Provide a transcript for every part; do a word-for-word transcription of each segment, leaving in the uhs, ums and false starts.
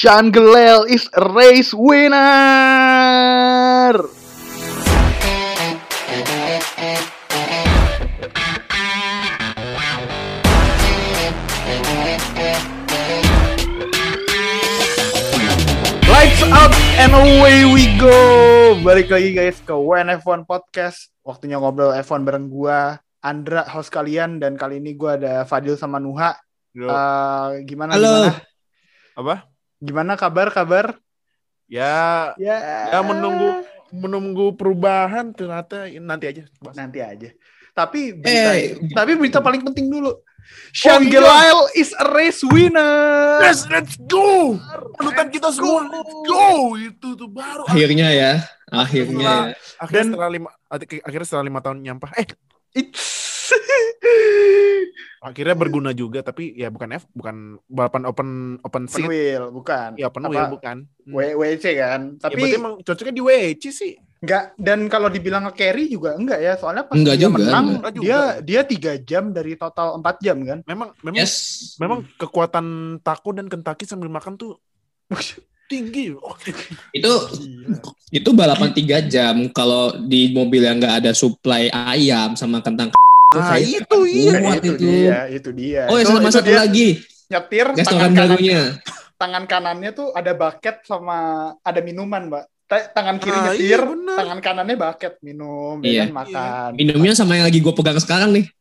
Sean Gelel is a race winner. Lights out and away we go. Balik lagi guys ke W N F one Podcast. Waktunya ngobrol F one bareng gua, Andra, host kalian. Dan kali ini gua ada Fadil sama Nuha. Uh, gimana? Halo. Gimana? Apa? Gimana kabar-kabar? Ya, ya, ya menunggu menunggu perubahan ternyata nanti aja. Bahas. Nanti aja. Tapi berita, eh, tapi berita paling penting dulu. Sean oh, iya. Gelel is a race winner. Yes, let's go. Panutan kita semua, let's go. Itu tuh baru. Akhirnya ya, akhirnya. Setelah, ya. Akhirnya Dan, setelah lima, akhirnya setelah lima tahun nyampah. Eh, it's akhirnya berguna juga, tapi ya bukan F, bukan balapan open open seat. Open wheel, bukan. Ya open wheel, bukan. W W C kan. Tapi ya, berarti emang cocoknya di W W C sih. Enggak, dan kalau dibilang nge-carry juga enggak ya, soalnya pas enggak dia juga, menang, enggak. dia dia tiga jam dari total empat jam kan. Memang memang yes. memang kekuatan Taco dan Kentucky sambil makan tuh tinggi. Oh. Itu itu balapan tiga jam kalau di mobil yang enggak ada supply ayam sama kentang. Nah, itu iya itu, itu dia, itu dia. Oh, itu, sama itu satu dia lagi. Nyetir tangan kanannya. Tangan kanannya tuh ada bucket sama ada minuman, Mbak. Tangan kiri ah, nyetir, iya tangan kanannya bucket minum, iya. dan makan. Minumnya sama yang lagi gue pegang sekarang nih.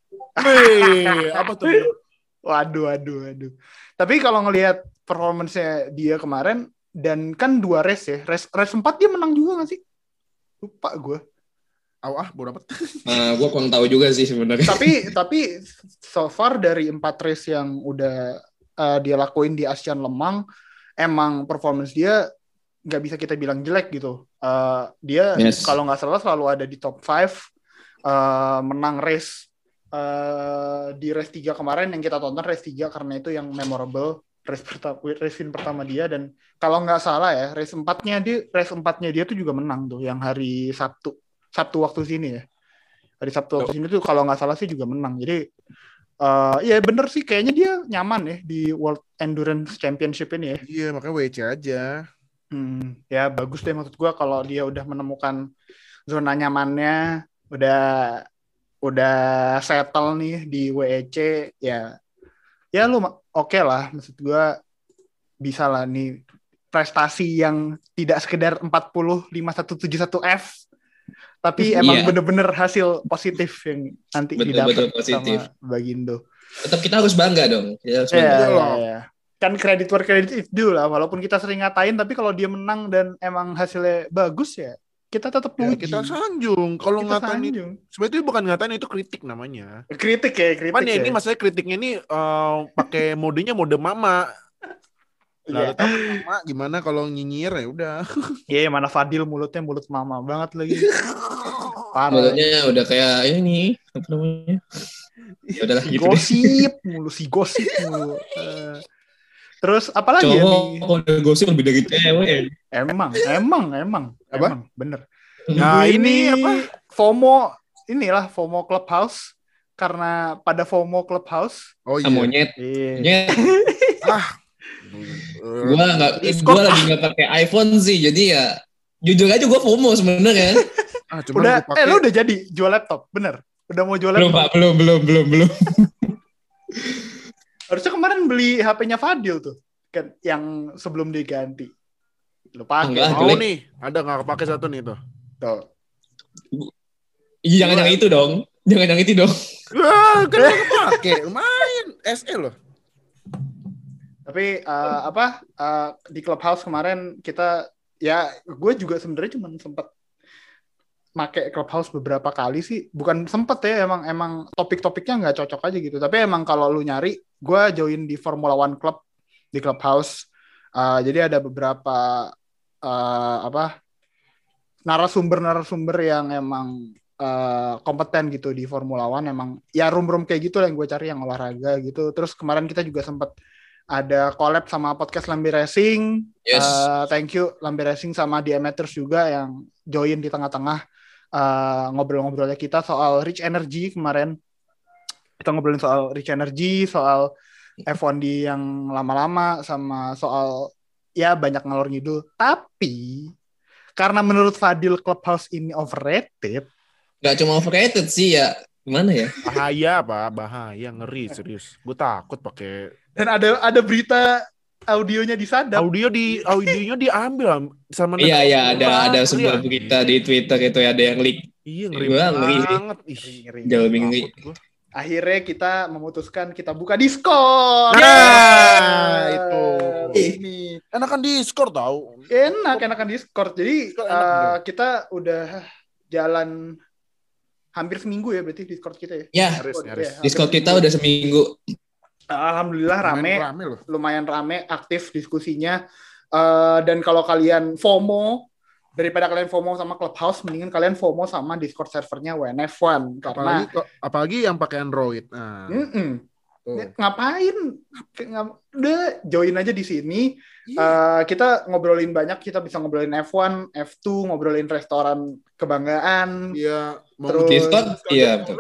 Wih, apa tuh? Waduh, waduh, waduh. Tapi kalau ngelihat performance-nya dia kemarin, dan kan dua race ya, race, race empat dia menang juga nggak sih? Lupa gue. Oh, ah, bodo amat. Uh, gue kurang tahu juga sih sebenarnya. Tapi tapi so far dari empat race yang udah uh, dia lakuin di Asian Lemang, emang performance dia nggak bisa kita bilang jelek gitu. Uh, dia yes. Kalau nggak salah selalu ada di top lima, uh, menang race uh, di race tiga kemarin yang kita tonton race tiga karena itu yang memorable race pertama race win pertama dia. Dan kalau nggak salah ya race empatnya dia race empatnya dia tuh juga menang tuh yang hari Sabtu. Sabtu waktu sini ya. Hari Sabtu waktu oh. sini tuh kalau nggak salah sih juga menang. Jadi uh, ya bener sih kayaknya dia nyaman ya di World Endurance Championship ini ya. Iya, makanya W C aja. Hmm, ya bagus deh maksud gue kalau dia udah menemukan zona nyamannya, udah udah settle nih di W E C ya. Ya lu oke okay lah maksud gue bisa lah nih prestasi yang tidak sekedar empat puluh lima satu tujuh satu F. Tapi emang yeah. bener-bener hasil positif yang nanti didapat sama Bagindo. Tetap kita harus bangga dong. Kita harus bangga. Yeah, yeah, yeah. Kan credit where credit is due lah. Walaupun kita sering ngatain, tapi kalau dia menang dan emang hasilnya bagus ya, kita tetap puji. Ya, kita sanjung. Kalau ngatain itu, sebenarnya itu bukan ngatain, itu kritik namanya. Kritik ya, kritik Cuman ya. ya. Ini maksudnya kritiknya ini uh, pakai modenya mode mama. Nah, tahu mama gimana kalau nyinyir ya udah. Iya, yeah, mana Fadil mulutnya mulut mama banget lagi. Parah. Mulutnya udah kayak ini apa namanya? Ya udahlah gitu. Gosip mulu si gosip mulu. Uh, terus apalagi ya nih? Cowok udah gosip lebih dari cewek. Emang, emang, emang, apa? Emang, bener. Nah, ini, ini apa? FOMO, inilah FOMO Clubhouse karena pada FOMO Clubhouse. Oh iya. Monyet. Iya. Monyet. ah. Gua nggak, gua lagi nggak pakai iPhone sih, jadi ya jujur aja gua FOMO sebenarnya. Ah, udah, pake... eh lu udah jadi jual laptop, bener? Udah mau jual belum, laptop? Pak, belum, belum, belum, belum. Harusnya kemarin beli H P-nya Fadil tuh, kan yang sebelum diganti. Lu pakai? Mau nih, ada nggak pakai satu nih tuh? Tuh. Iya, jangan yang itu dong, jangan yang itu dong. Wah, kan nggak pakai, lumayan S E loh. Tapi uh, apa uh, di Clubhouse kemarin kita ya gue juga sebenarnya cuma sempat make Clubhouse beberapa kali sih, bukan sempet ya, emang emang topik-topiknya nggak cocok aja gitu. Tapi emang kalau lu nyari, gue join di Formula One Club di Clubhouse. Uh, jadi ada beberapa uh, apa narasumber-narasumber yang emang uh, kompeten gitu di Formula One. Emang ya room-room kayak gitu lah yang gue cari, yang olahraga gitu. Terus kemarin kita juga sempat ada collab sama podcast Lambe Racing. Yes. Uh, thank you Lambe Racing sama The Amateurs juga yang join di tengah-tengah. Uh, ngobrol-ngobrolnya kita soal Rich Energy kemarin. Kita ngobrolin soal Rich Energy, soal F one D yang lama-lama, sama soal ya banyak ngalor ngidul. Tapi karena menurut Fadil Clubhouse ini overrated. Gak cuma overrated sih ya. Gimana ya? Bahaya Pak, bahaya, ngeri serius. Gue takut pakai. Dan ada ada berita audionya disadap. Audio di audionya diambil sama. Iya iya ada ada sebuah berita di Twitter itu ada yang leak. Iya ngeri Gua banget. Ngeri. Jauh lebih ngeri. Akhirnya kita memutuskan kita buka Discord. Nah, yeah! itu. Ini enakan Discord tau. Enak, enakan Discord. Jadi enak, uh, kita udah jalan hampir seminggu ya berarti Discord kita ya. Ya, Discord, ya Discord kita udah seminggu. Alhamdulillah rame, lumayan rame, lumayan rame, aktif diskusinya. Uh, dan kalau kalian FOMO, daripada kalian FOMO sama Clubhouse, mendingan kalian FOMO sama Discord servernya W N F one. Karena apalagi, apalagi yang pakai Android. Nah. Oh. Ngapain? Udah join aja di sini. Yeah. Uh, kita ngobrolin banyak. Kita bisa ngobrolin F one, F two, ngobrolin restoran kebanggaan. Iya. Yeah. Terus Discord, iya betul.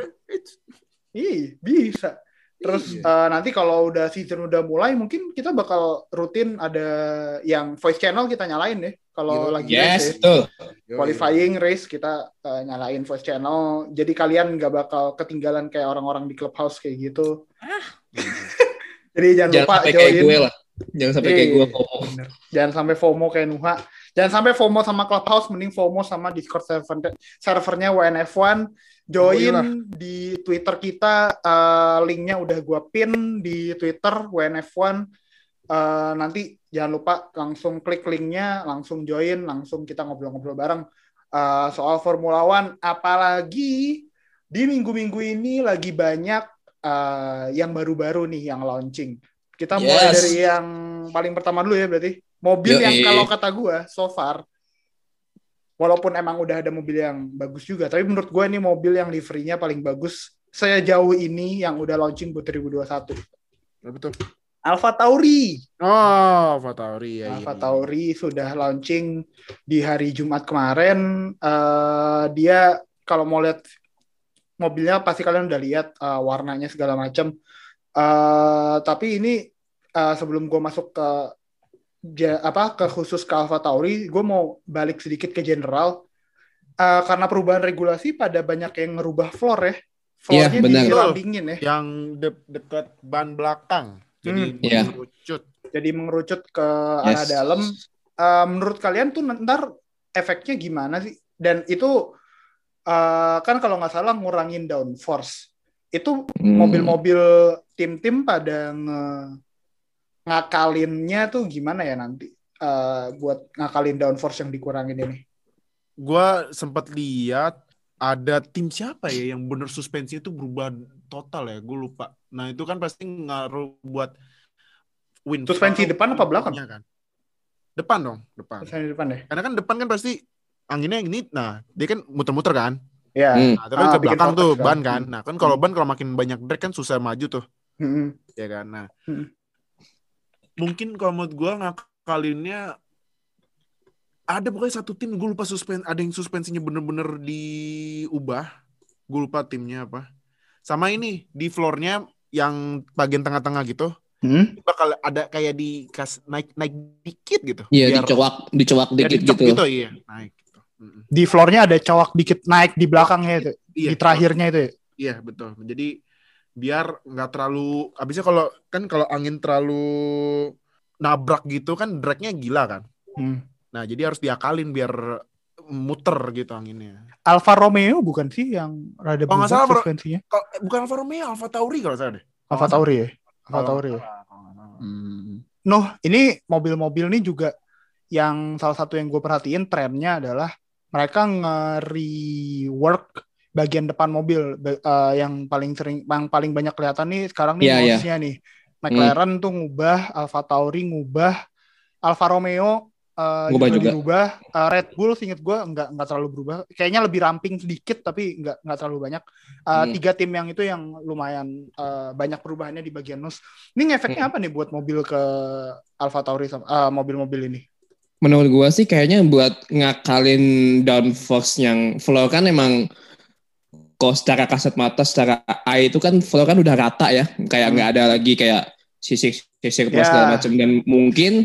Iya bisa. Terus yeah. uh, nanti kalau udah season udah mulai, mungkin kita bakal rutin ada yang voice channel kita nyalain deh. Kalau yeah. lagi yes, race, betul. Qualifying race kita uh, nyalain voice channel. Jadi kalian nggak bakal ketinggalan kayak orang-orang di Clubhouse kayak gitu. Ah. Jadi jangan, jangan lupa sampai join. Kayak gue lah. Jangan sampai e, kayak gue FOMO. Bener. Jangan sampai FOMO kayak Nuha. Jangan sampai FOMO sama Clubhouse, mending FOMO sama Discord server servernya W N F one. Join oh, di Twitter kita, uh, linknya udah gue pin di Twitter W N F one. Uh, nanti jangan lupa langsung klik linknya, langsung join, langsung kita ngobrol-ngobrol bareng uh, soal Formula One. Apalagi di minggu-minggu ini lagi banyak uh, yang baru-baru nih yang launching. Kita yes. mulai dari yang paling pertama dulu ya berarti. Mobil Yoi. Yang kalau kata gue so far, walaupun emang udah ada mobil yang bagus juga, tapi menurut gue ini mobil yang liverynya paling bagus sejauh ini yang udah launching buat dua ribu dua puluh satu. Betul. Alfa Tauri. Oh, Alfa Tauri ya. Alfa Tauri sudah launching di hari Jumat kemarin. Uh, dia kalau mau lihat mobilnya pasti kalian udah lihat uh, warnanya segala macam. Uh, tapi ini uh, sebelum gue masuk ke Ja, apa ke khusus ke Alfa Tauri, gue mau balik sedikit ke general uh, karena perubahan regulasi pada banyak yang ngerubah floor ya, floornya yeah, dirandingin ya, yang de- dekat ban belakang, jadi hmm. mengerucut, yeah. jadi mengerucut ke yes. arah dalam. Uh, menurut kalian tuh ntar efeknya gimana sih? Dan itu uh, kan kalau nggak salah ngurangin downforce, itu hmm. mobil-mobil tim-tim pada nge ngakalinnya tuh gimana ya nanti uh, buat ngakalin downforce yang dikurangin ini? Gua sempat lihat ada tim siapa ya yang bener suspensinya tuh berubah total ya, gue lupa. Nah itu kan pasti ngaruh buat win. Suspensi depan apa belakang? Kan? Depan dong, depan. Suspensi depan deh. Karena kan depan kan pasti anginnya yang ini, nah dia kan muter-muter kan. Iya. Hmm. Nah, terus ah, ke belakang tuh kan. ban kan. Nah kan kalau hmm. ban kalau makin banyak drag kan susah maju tuh. Hmm. Ya kan. Nah. Hmm. Mungkin kalau menurut gue ngakalinnya ada pokoknya satu tim, gue lupa suspen, ada yang suspensinya bener-bener diubah, gue lupa timnya apa. Sama ini di floornya yang bagian tengah-tengah gitu, hmm? bakal ada kayak di kas naik naik dikit gitu. Iya dicowak dicowak dikit ya, gitu. gitu. Iya naik. Gitu. Di floornya ada cowak dikit naik di belakangnya itu, iya, di terakhirnya itu. Ya? Iya betul. Jadi biar nggak terlalu, abisnya kalau kan kalau angin terlalu nabrak gitu kan dragnya gila kan. Hmm. Nah jadi harus diakalin biar muter gitu anginnya. Alfa Romeo bukan sih yang rada berubah salah, suspensinya? Kalau, bukan Alfa Romeo, Alfa Tauri kalau salah deh. Alfa Tauri ya. Alfa Tauri. Ya? Hmm. Noh ini mobil-mobil ini juga yang salah satu yang gue perhatiin trennya adalah mereka nge-rework bagian depan mobil uh, yang paling sering, yang paling banyak kelihatan nih sekarang nih yeah, modsnya yeah. nih. McLaren hmm. tuh ngubah, Alfa Tauri ngubah, Alfa Romeo uh, juga, juga. dirubah, uh, Red Bull seinget gue nggak nggak terlalu berubah, kayaknya lebih ramping sedikit tapi nggak nggak terlalu banyak. Uh, hmm. Tiga tim yang itu yang lumayan uh, banyak perubahannya di bagian nose. Ini ngefeknya hmm. apa nih buat mobil ke Alfa Tauri sama uh, mobil-mobil ini? Menurut gue sih kayaknya buat ngakalin downforce yang floor kan emang kalau secara kasat mata, secara eye itu kan floor kan udah rata ya, kayak nggak hmm. ada lagi kayak sisik-sisik yeah. segala macam, dan mungkin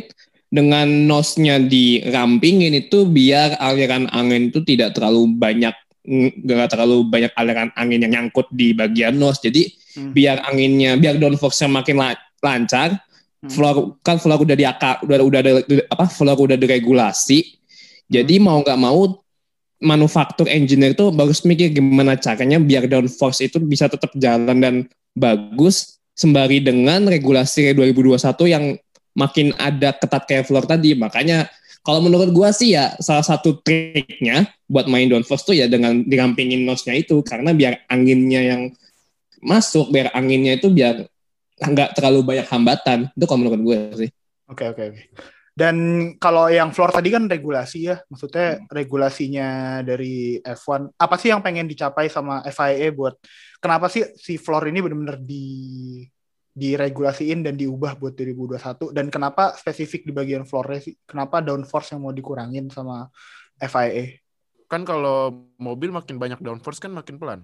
dengan nosnya dirampingin itu biar aliran angin itu tidak terlalu banyak, nggak terlalu banyak aliran angin yang nyangkut di bagian nos. Jadi hmm. biar anginnya, biar downforce-nya makin lancar. Hmm. Floor kan floor udah diakar, udah udah ada apa? Floor udah diregulasi. Hmm. Jadi mau nggak mau manufaktur engineer itu bagus mikir gimana caranya biar downforce itu bisa tetap jalan dan bagus sembari dengan regulasi dua ribu dua puluh satu yang makin ada ketat kayak floor tadi. Makanya kalau menurut gua sih ya salah satu triknya buat main downforce tuh ya dengan dirampingin nose-nya itu, karena biar anginnya yang masuk, biar anginnya itu biar nggak terlalu banyak hambatan. Itu kalau menurut gua sih. Oke oke oke. Dan kalau yang floor tadi kan regulasi ya, maksudnya hmm. regulasinya dari F satu apa sih yang pengen dicapai sama F I A buat kenapa sih si floor ini benar-benar di diregulasiin dan diubah buat dua ribu dua puluh satu, dan kenapa spesifik di bagian floor-nya sih? Kenapa downforce yang mau dikurangin sama F I A? Kan kalau mobil makin banyak downforce kan makin pelan.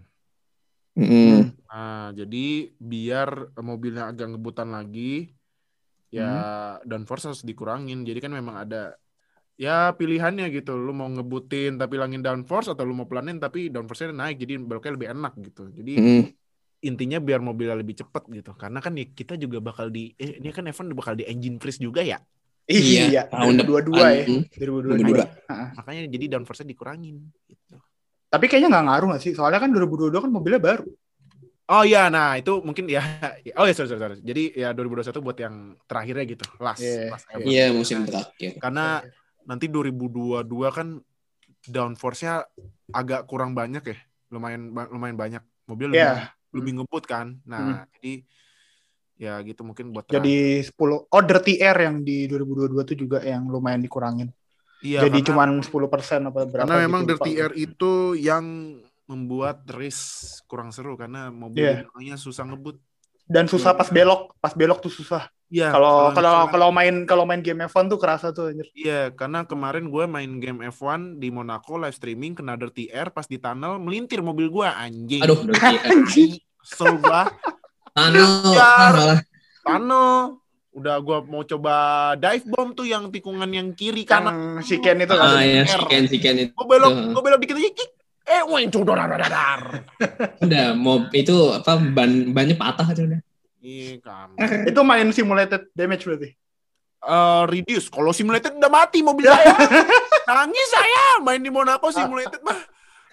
Mm. Nah, jadi biar mobilnya agak ngebutan lagi, ya mm. downforce harus dikurangin. Jadi kan memang ada ya pilihannya gitu. Lu mau ngebutin tapi langin downforce, atau lu mau pelanin tapi downforce-nya naik, jadi beloknya lebih enak gitu. Jadi mm. intinya biar mobilnya lebih cepet gitu, karena kan kita juga bakal di eh, ini kan Evan bakal di engine freeze juga ya. Iya, tahun dua ribu dua puluh dua ya. dua ribu dua puluh dua. Makanya jadi downforce-nya dikurangin gitu. Tapi kayaknya nggak ngaruh nggak sih? Soalnya kan dua ribu dua puluh dua kan mobilnya baru. Oh iya, nah itu mungkin ya. Oh ya, sorry, sorry, sorry. Jadi ya dua ribu dua puluh satu buat yang terakhirnya gitu, last. Iya, last yeah, musim terakhir. Karena nanti dua ribu dua puluh dua kan downforce-nya agak kurang banyak ya, lumayan lumayan banyak. Mobil lebih yeah. lebih ngebut kan. Nah, hmm. jadi ya gitu mungkin buat jadi terakhir. sepuluh oh dirty air yang di dua ribu dua puluh dua itu juga yang lumayan dikurangin. Iya, jadi cuma sepuluh persen apa berapa karena gitu. Memang dirty air itu yang membuat race kurang seru karena mobil yeah. belakangnya susah ngebut. Dan susah pas belok, pas belok tuh susah. Iya. Kalau kalau kalau main kalau main game F satu tuh kerasa tuh anjir. Iya, karena kemarin gue main game F satu di Monaco live streaming kena dirty air pas di tunnel melintir mobil gue anjing. Aduh, dirty air. Kesel gue. Tunnel, malah. Tunnel. Udah gue mau coba dive bomb tuh yang tikungan yang kiri kanan. Si Ken itu kan. Ah iya, si Ken, si Ken itu. Gue belok, gue belok dikit aja. Eh, wancur dadar dadar. Udah, mau itu apa ban bannya patah aja udah. Iya kan. Itu main simulated damage berarti? Uh, reduce. Kalau simulated udah mati mobil saya. Nangis saya main di Monaco simulated mah.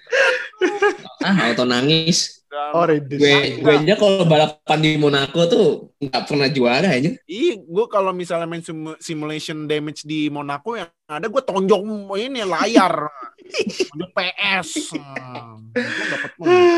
Ah, auto nangis. Oh, reduce. Gue gue aja kalau balapan di Monaco tuh nggak pernah juara aja. Iya, gue kalau misalnya main sim- simulation damage di Monaco yang ada gue tonjok ini layar. Tonjok P S. Hmm, gue dapat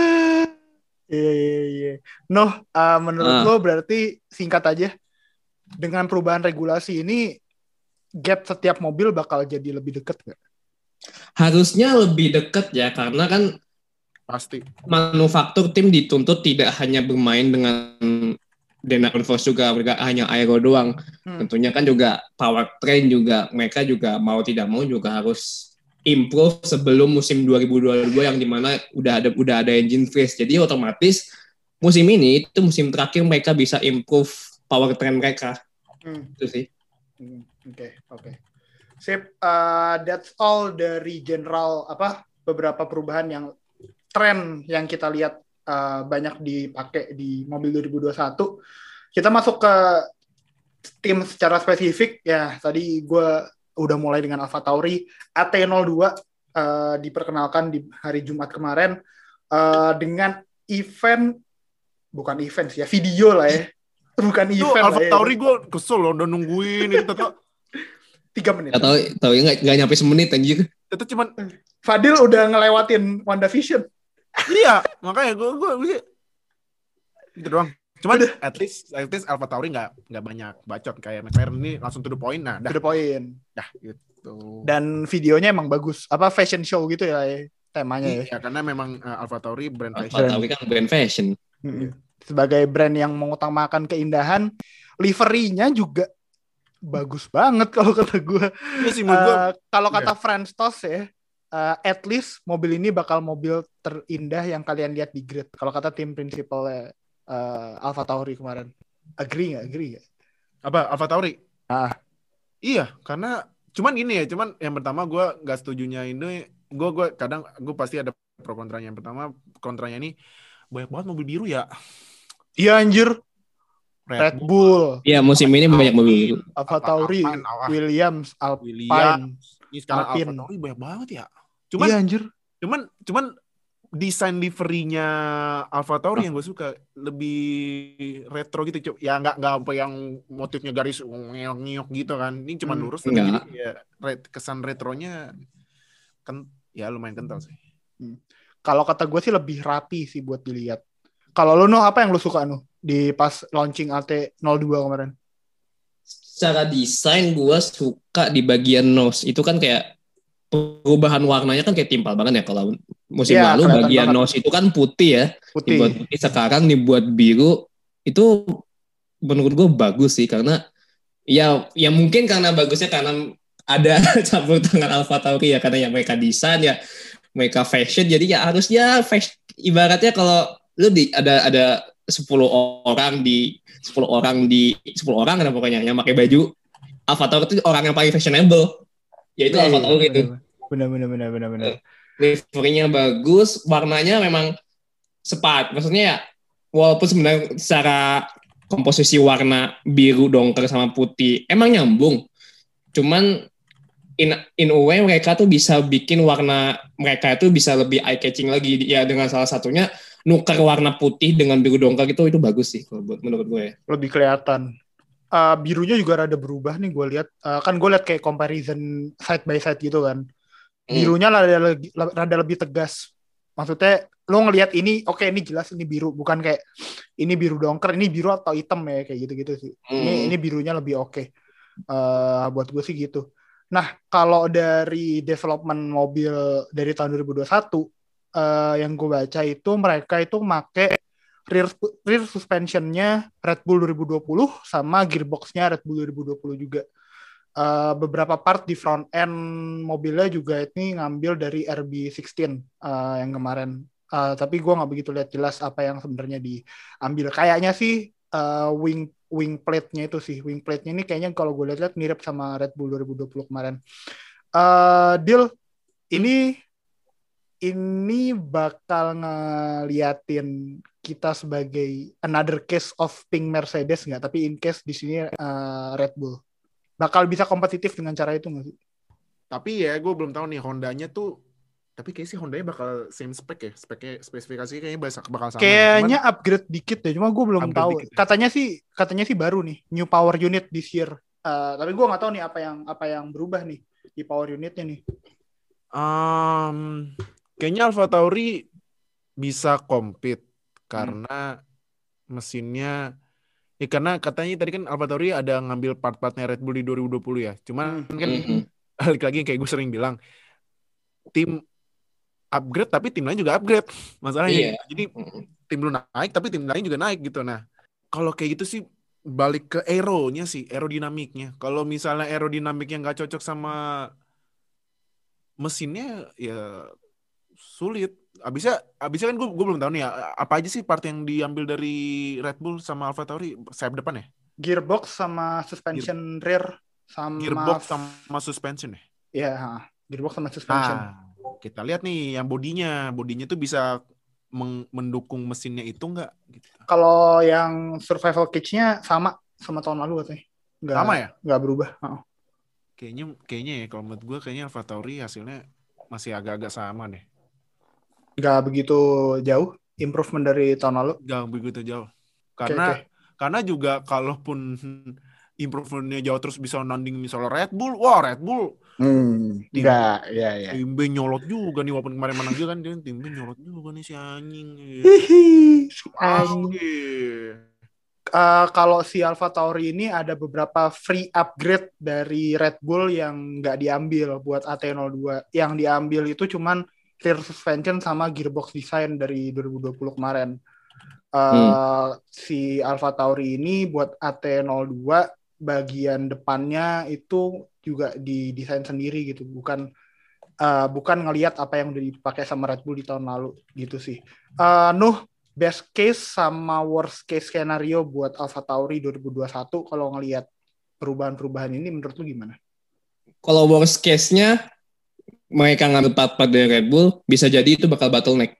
Iya, iya, iya. Noh, uh, menurut uh. lo berarti singkat aja, dengan perubahan regulasi ini, gap setiap mobil bakal jadi lebih dekat nggak? Harusnya lebih dekat ya, karena kan pasti manufaktur tim dituntut tidak hanya bermain dengan downforce juga, mereka hanya aero doang. Hmm. Tentunya kan juga powertrain juga, mereka juga mau tidak mau juga harus improve sebelum musim dua ribu dua puluh dua yang dimana udah ada udah ada engine freeze. Jadi otomatis musim ini itu musim terakhir mereka bisa improve powertrain mereka. Hmm. Itu sih. Oke hmm. oke. Okay, okay. Sip. Uh, that's all dari general apa beberapa perubahan yang tren yang kita lihat uh, banyak dipakai di mobil dua ribu dua puluh satu. Kita masuk ke tim secara spesifik ya. Tadi gue udah mulai dengan AlphaTauri A T nol dua uh, diperkenalkan di hari Jumat kemarin uh, dengan event bukan event sih ya video lah ya bukan itu event AlphaTauri ya. Gue kesel loh udah nungguin itu tiga menit atau tahu nggak nggak nyampe semenit anjir itu cuman Fadil udah ngelewatin WandaVision. Iya makanya gue gue gitu doang. Cuma at least at least AlphaTauri nggak nggak banyak bacot kayak McLaren ini langsung to the point. Nah, dah. To the point. Dah gitu. Dan videonya emang bagus. Apa fashion show gitu ya, ya temanya ya. Ya karena memang uh, AlphaTauri brand fashion. AlphaTauri kan brand fashion. Hmm. Sebagai brand yang mengutamakan keindahan, livery-nya juga bagus banget kalau kata gue. Ya sih, uh, kalau kata Franz Tost ya, uh, at least mobil ini bakal mobil terindah yang kalian lihat di grid. Kalau kata tim prinsipalnya Uh, AlphaTauri kemarin. Agree nggak? Agree nggak? Apa? AlphaTauri? Ah. Iya, karena cuman gini ya, cuman yang pertama gue nggak setujunya ini, gue gue kadang gue pasti ada pro kontranya. Yang pertama kontranya ini banyak banget mobil biru ya. Iya anjir. Red, Red Bull. Iya musim ini banyak mobil biru. AlphaTauri, Williams, Alpine. Williams. Ini sekarang Alpine. AlphaTauri banyak banget ya. Cuman, iya anjir. Cuman, cuman desain livery-nya AlphaTauri yang gue suka lebih retro gitu. Ya nggak nggak apa yang motifnya garis ngeok-ngeok gitu kan. Ini cuma Hmm. lurus tapi jadi ya kesan retronya kan ya lumayan kental sih. Hmm. Kalau kata gue sih lebih rapi sih buat dilihat. Kalau lo no apa yang lo suka no di pas launching A T nol dua kemarin? Secara desain gue suka di bagian nose. Itu kan kayak perubahan warnanya kan kayak timpal banget ya. Kalau musim ya, lalu bagian banget. Nose itu kan putih ya. Putih. Dibuat putih, sekarang dibuat biru. Itu menurut gue bagus sih. Karena ya, ya mungkin karena bagusnya karena ada campur tangan AlphaTauri ya. Karena ya mereka desain ya, mereka fashion. Jadi ya harusnya fashion, ibaratnya kalau lu di ada ada sepuluh orang di sepuluh orang di sepuluh orang kan pokoknya yang pakai baju AlphaTauri itu orang yang paling fashionable. Yaitu yeah, AlphaTauri itu. Benar benar benar benar benar. Livery-nya bagus, warnanya memang sepat. Maksudnya ya walaupun sebenarnya secara komposisi warna biru dongker sama putih emang nyambung. Cuman in in a way mereka tuh bisa bikin warna mereka itu bisa lebih eye catching lagi ya, dengan salah satunya nuker warna putih dengan biru dongker itu itu bagus sih kalau buat menurut gue. Lebih kelihatan. Uh, birunya juga rada berubah nih gue lihat. Uh, kan gue lihat kayak comparison side by side gitu kan. Birunya hmm. rada, rada lebih tegas. Maksudnya lo ngelihat ini, oke okay, ini jelas ini biru, bukan kayak ini biru dongker, ini biru atau hitam ya kayak gitu-gitu sih. Hmm. Ini ini birunya lebih oke. Okay. Uh, buat gue sih gitu. Nah kalau dari development mobil dari tahun dua ribu dua puluh satu uh, yang gue baca itu mereka itu make rear, rear suspensionnya Red Bull dua ribu dua puluh sama gearboxnya Red Bull dua ribu dua puluh juga. Uh, beberapa part di front end mobilnya juga ini ngambil dari R B enam belas uh, yang kemarin. Uh, tapi gue nggak begitu lihat jelas apa yang sebenarnya diambil. Kayaknya sih uh, wing wing plate-nya itu sih. Wing plate-nya ini kayaknya kalau gue lihat mirip sama Red Bull dua ribu dua puluh kemarin. Uh, Deal, ini ini bakal ngeliatin kita sebagai another case of pink Mercedes nggak? Tapi in case di sini uh, Red Bull bakal bisa kompetitif dengan cara itu nggak sih? Tapi ya gue belum tahu nih Hondanya tuh, tapi kayaknya sih Hondanya bakal same spec ya, speknya spesifikasinya kayaknya bakal sama. Kayaknya ya. Upgrade dikit deh, cuma gue belum tahu. Dikit, katanya ya. sih katanya sih baru nih, new power unit this year. Uh, tapi gue nggak tahu nih apa yang apa yang berubah nih di power unitnya nih. Um, kayaknya AlphaTauri bisa compete karena hmm. mesinnya. Ya karena katanya tadi kan AlphaTauri ada ngambil part-partnya Red Bull di dua ribu dua puluh ya. Cuman mm-hmm. kan balik lagi kayak gue sering bilang, tim upgrade tapi tim lain juga upgrade. Masalahnya. Iya. Jadi tim lu naik tapi tim lain juga naik gitu. Nah, kalau kayak gitu sih balik ke aero-nya sih, aerodinamiknya. Kalau misalnya aerodinamiknya nggak cocok sama mesinnya ya sulit. Abisnya, abisnya kan gue gue belum tahu nih ya, apa aja sih part yang diambil dari Red Bull sama AlphaTauri sayap depan ya? Gearbox sama suspension Gear, rear sama gearbox sama suspension ya? Iya, gearbox sama suspension. Nah, kita lihat nih yang bodinya, bodinya tuh bisa meng- mendukung mesinnya itu nggak? Gitu. Kalau yang survival cage-nya sama sama tahun lalu katanya. Nggak, sama ya? Nggak berubah. Oh. Kayaknya, kayaknya ya kalau menurut gue kayaknya AlphaTauri hasilnya masih agak-agak sama deh. Gak begitu jauh improvement dari tahun lalu. Gak begitu jauh. Karena okay, okay. karena juga kalaupun improvementnya jauh terus bisa nanding misalnya Red Bull, wah Red Bull. Hmm, tim, enggak, ya ya. Tim B nyolot juga nih walaupun kemarin menang juga kan, dia tim B nyolot juga nih si anjing. Anjing. Uh, kalau si AlphaTauri ini ada beberapa free upgrade dari Red Bull yang nggak diambil buat A T nol dua. Yang diambil itu cuman rear suspension sama gearbox design dari dua ribu dua puluh kemarin. Uh, hmm. Si AlphaTauri ini buat A T nol dua bagian depannya itu juga didesain sendiri gitu, bukan uh, bukan ngelihat apa yang udah dipakai sama Red Bull di tahun lalu gitu sih. Uh, Nuh, best case sama worst case scenario buat AlphaTauri dua ribu dua puluh satu kalau ngelihat perubahan-perubahan ini menurut lu gimana? Kalau worst case-nya mereka ngambil part-part dari Red Bull, bisa jadi itu bakal bottleneck.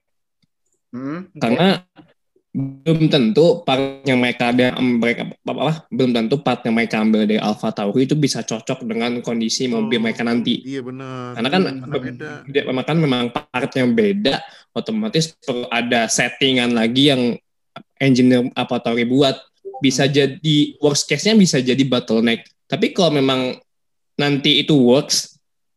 Hmm, okay. Karena belum tentu part yang mereka ada mereka apa, apa belum tentu part yang mereka ambil dari AlphaTauri itu bisa cocok dengan kondisi mobil oh, mereka nanti. Iya benar. Karena kan be- memang kan memang part yang beda, otomatis perlu ada settingan lagi yang engineer AlphaTauri buat. Bisa hmm. jadi worst case-nya bisa jadi bottleneck. Tapi kalau memang nanti itu works,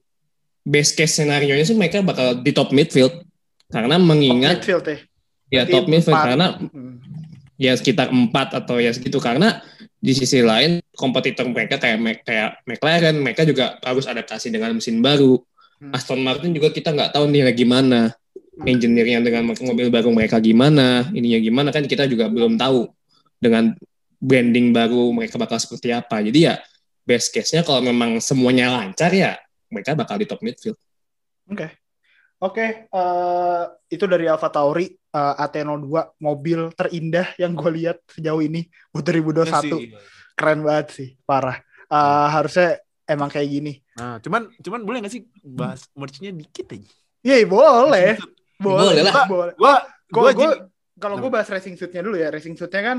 best case scenario-nya sih mereka bakal di top midfield. Karena mengingat top midfield, eh. ya Berarti top midfield empat. Karena hmm. ya sekitar empat atau ya segitu, karena di sisi lain kompetitor mereka kayak kayak McLaren, mereka juga harus adaptasi dengan mesin baru. Hmm. Aston Martin juga kita nggak tahu nih gimana hmm. engineer-nya dengan mobil baru mereka gimana, ininya gimana kan kita juga belum tahu dengan branding baru mereka bakal seperti apa. Jadi ya best case-nya kalau memang semuanya lancar ya mereka bakal di top midfield. Oke. Okay. Oke, okay, uh, itu dari AlphaTauri uh, A T nol dua, mobil terindah yang gue lihat sejauh ini buat dua ribu dua puluh satu. Ya keren banget sih, parah. Uh, hmm. Harusnya emang kayak gini. Nah, cuman cuman boleh nggak sih bahas merch-nya dikit aja? Iya, boleh. Boleh. Boleh lah. Boleh. Gua gua, gua kalau gue bahas racing suit-nya dulu ya. Racing suit-nya kan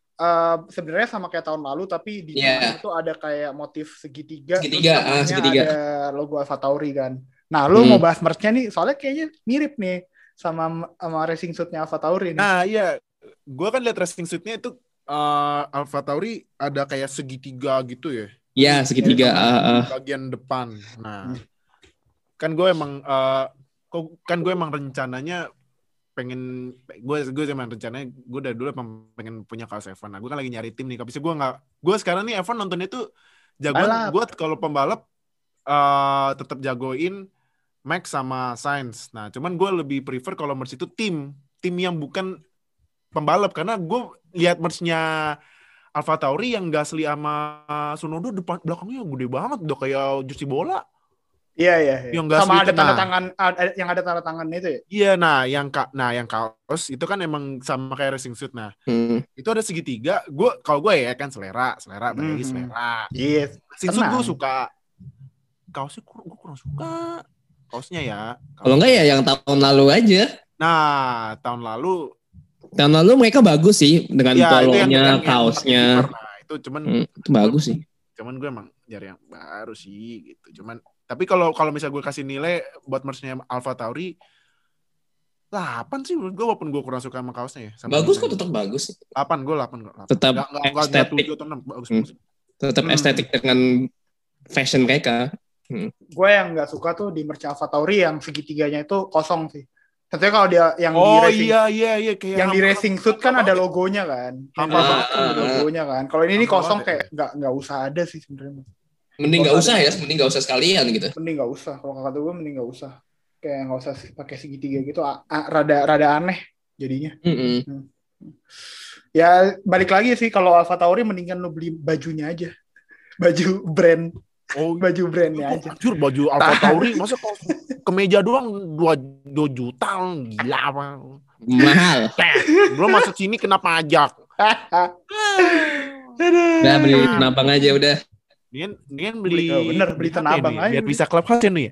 uh, sebenarnya sama kayak tahun lalu, tapi di yeah. itu ada kayak motif segitiga. Segitiga, ah, segitiga. Ada logo AlphaTauri kan. Nah, lu hmm. mau bahas merch-nya nih, soalnya kayaknya mirip nih sama sama racing suit-nya AlphaTauri nih. Nah, iya. Gue kan lihat racing suit-nya itu uh, AlphaTauri ada kayak segitiga gitu ya. Iya, segitiga. Uh, uh. Bagian depan. Nah, hmm. kan gue emang, uh, kan gue emang rencananya pengen, gue gue emang rencananya, gue dari dulu emang pengen punya kaos F satu. Nah, gue kan lagi nyari tim nih. Tapi gue nggak, gue sekarang nih F satu nontonnya tuh jagoan. Gue kalau pembalap uh, tetap jagoin Max sama Sainz. Nah, cuman gue lebih prefer kalau merch itu tim. Tim yang bukan pembalap. Karena gue lihat merch-nya AlphaTauri yang gak asli sama Tsunoda, depan belakangnya gede banget. Udah kayak jersey bola. Iya, iya. iya. Yang sama ada tanda nah, tangan, ada, yang ada tanda tangan itu ya? Iya, nah yang ka, nah yang kaos itu kan emang sama kayak racing suit. Nah, hmm. itu ada segitiga. Gue Kalau gue ya kan selera. Selera, bagi hmm. selera. Iya. Yes. Racing suit gue suka. Kaosnya gue kurang suka. Kaosnya ya. Kalau enggak ya yang tahun lalu aja. Nah, tahun lalu. Tahun lalu mereka bagus sih dengan ya, polonya, kaosnya. Nah, itu cuman. Hmm, itu bagus sih. Cuman gue emang nyari yang baru sih gitu. Cuman, tapi kalau kalau misal gue kasih nilai buat merch-nya AlphaTauri, delapan sih menurut gue, walaupun gue kurang suka sama kaosnya ya. Sama bagus kok, tetap bagus. delapan, gue delapan. Tetap gak, gak, estetik. tujuh atau enam, bagus, hmm. bagus. Tetap hmm. estetik dengan fashion mereka. Hmm. Gue yang nggak suka tuh di merch AlphaTauri yang segitiganya itu kosong sih. Tentunya kalau dia yang oh, di racing, iya, iya, iya. Kayak yang di racing suit kan ada logonya kan, apa ah, ada logonya kan. Kalau ini nih kosong kayak nggak nggak usah ada sih sebenarnya. Mending nggak usah ya, mending nggak usah sekalian gitu. Mending nggak usah. Kalau kata gue mending nggak usah. Kayak nggak usah pakai segitiga gitu, a- a- rada rada aneh jadinya. Mm-hmm. Hmm. Ya balik lagi sih, kalau AlphaTauri mendingan lo beli bajunya aja, baju brand. Oh, baju brandnya aja. Anjir, baju AlphaTauri masa kok kemeja doang dua juta, gila apa? Mahal. Belum masuk sini kena pajak. Udah beli tenabang aja udah. Dia dia beli, oh, bener beli tenabang aja. Biar bisa klub house ya.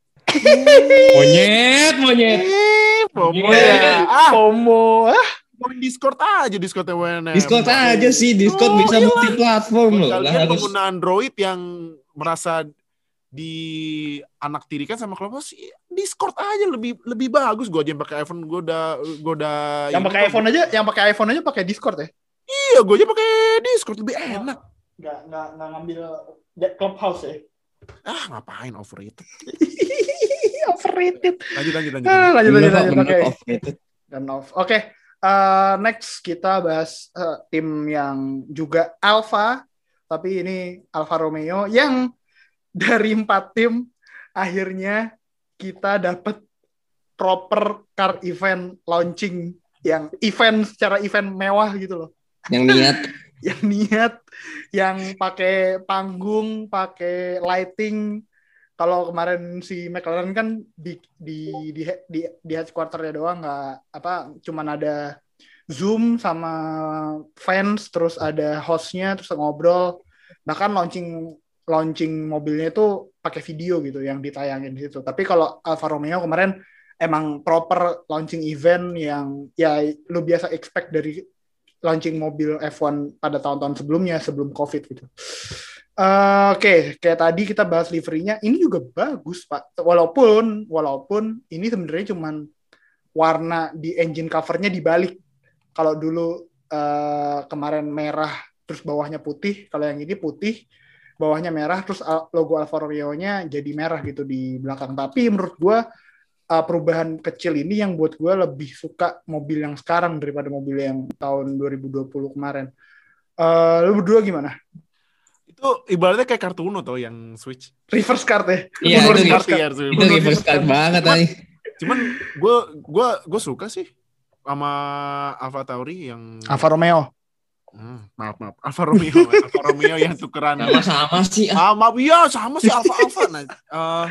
Monyet, monyet. Pomo ya. Ah, Pomo. Ah, main Discord aja, Discord W N M. Discord aja sih, Discord oh, bisa iya. multi platform loh. Kalian pengguna Android yang merasa di anak tirikan sama Clubhouse, Discord aja lebih lebih bagus. Gue aja yang pakai iPhone, gue udah gue udah yang pakai iPhone aja, yang pakai iPhone aja pakai Discord ya. Iya, gue aja pakai Discord lebih enak. Nggak nggak nggak ngambil Clubhouse ya. Ah, ngapain overrated? Overrated. Lanjut lanjut lanjut. Ah, lanjut lanjut lanjut. Oke. Dan off. Oke. Okay. Uh, next kita bahas uh, tim yang juga Alfa, tapi ini Alfa Romeo yang dari empat tim akhirnya kita dapat proper car event launching, yang event secara event mewah gitu loh. Yang niat, yang niat, yang pakai panggung, pakai lighting. Kalau kemarin si McLaren kan di di di di, di headquarter-nya doang, nggak apa, cuman ada Zoom sama fans, terus ada host-nya, terus ngobrol. Bahkan launching launching mobilnya itu pakai video gitu yang ditayangin di situ. Tapi kalau Alfa Romeo kemarin emang proper launching event yang ya lu biasa expect dari launching mobil F satu pada tahun-tahun sebelumnya sebelum COVID gitu. Uh, Oke, okay. Kayak tadi kita bahas liverynya, ini juga bagus Pak. Walaupun walaupun ini sebenarnya cuman warna di engine covernya dibalik. Kalau dulu uh, kemarin merah terus bawahnya putih, kalau yang ini putih bawahnya merah terus logo Alfa Romeo-nya jadi merah gitu di belakang. Tapi menurut gue uh, perubahan kecil ini yang buat gue lebih suka mobil yang sekarang daripada mobil yang tahun dua ribu dua puluh kemarin. Uh, lu berdua gimana? Itu ibaratnya kayak kartu Uno tuh yang switch. Reverse card ya? Iya, itu reverse card. Ya, itu reverse card banget tadi. Cuman gue gue gue suka sih sama Alfa Tauri yang Alfa Romeo. Hmm, maaf maaf Alfa Romeo Alfa Romeo yang tukeran sama-sama sih. Ah, maaf ya sama sih Alfa Alfa. Nah, uh,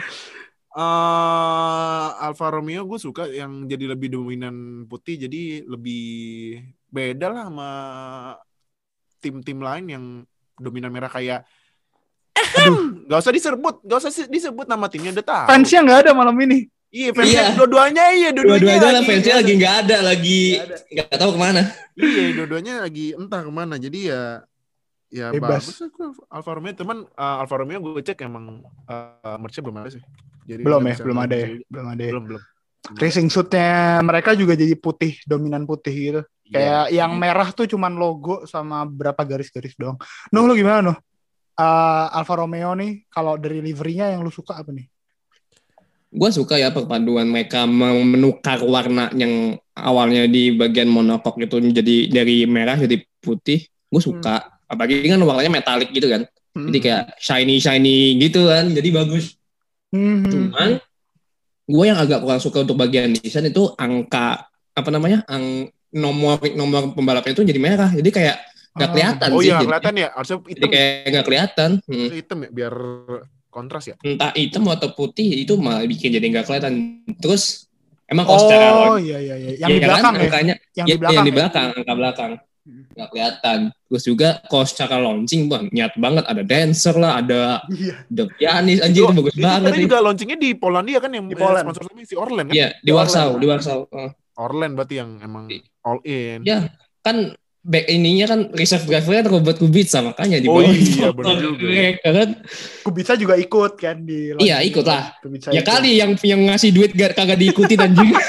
uh, Alfa Romeo gue suka yang jadi lebih dominan putih, jadi lebih beda lah sama tim-tim lain yang dominan merah kayak Aduh, gak usah disebut, gak usah disebut nama timnya, udah tahu. Fansnya nggak ada malam ini. Iya, fansnya iya. dua-duanya iya, dua-duanya, dua-duanya lagi, fansnya lagi nggak ada, lagi nggak tahu kemana. Iya, dua-duanya lagi entah kemana. Jadi ya, ya bebas. Bagus aku Alfa Romeo. Teman uh, Alfa Romeo gue cek emang uh, merchnya belum ada sih. Jadi belum ya, belum ada ya, belum ada. Belum belum. Racing suitnya mereka juga jadi putih, dominan putih gitu. Kayak yeah. yang merah tuh cuman logo sama berapa garis-garis doang. Nuh, lu gimana Nuh? Uh, Alfa Romeo nih, kalau dari liverynya yang lu suka apa nih? Gue suka ya perpaduan mereka menukar warna yang awalnya di bagian monokok itu jadi dari merah jadi putih. Gue suka. Hmm. Apalagi kan warnanya metalik gitu kan. Hmm. Jadi kayak shiny-shiny gitu kan. Jadi bagus. Hmm. Cuman gue yang agak kurang suka untuk bagian desain itu angka apa namanya ang nomor nomor pembalapnya itu jadi merah, jadi kayak nggak kelihatan oh, sih. Oh iya kelihatan ya, harusnya hitam. Jadi kayak nggak kelihatan. Hmm. Hitam ya biar kontras ya. Entah hitam atau putih itu malah bikin jadi nggak kelihatan. Terus emang oh, kalau secara oh iya iya iya yang ya, di belakang kan, ya. Angkanya, yang ya, di belakang. Yang di belakang ya? Angka belakang. Nggak kelihatan. Terus juga kalau secara launching bang nyat banget, ada dancer lah, ada iya. The Pianis, anjir itu bagus itu banget. Itu juga launchingnya di Polandia kan, yang di Poland. Sponsor si Orlen kan? Iya di Warsaw, di Warsaw. Orlen berarti yang emang all in. Ya kan back ininya kan reserve driver-nya Robert Kubica, makanya di bawah. Oh iya benar juga. Kan Kubica juga ikut kan di. Iya ikut lah. Ya ikut. Kali yang yang ngasih duit gak, kagak diikuti dan juga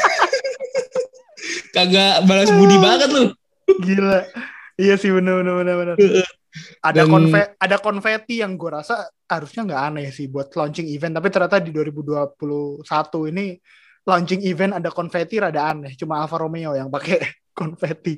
kagak balas budi banget lu. Gila. Iya sih benar benar benar benar. Ada Dan, konfe- ada konfeti yang gue rasa harusnya nggak aneh sih buat launching event, tapi ternyata di dua ribu dua puluh satu ini launching event ada konfeti rada aneh. Cuma Alfa Romeo yang pakai konfeti.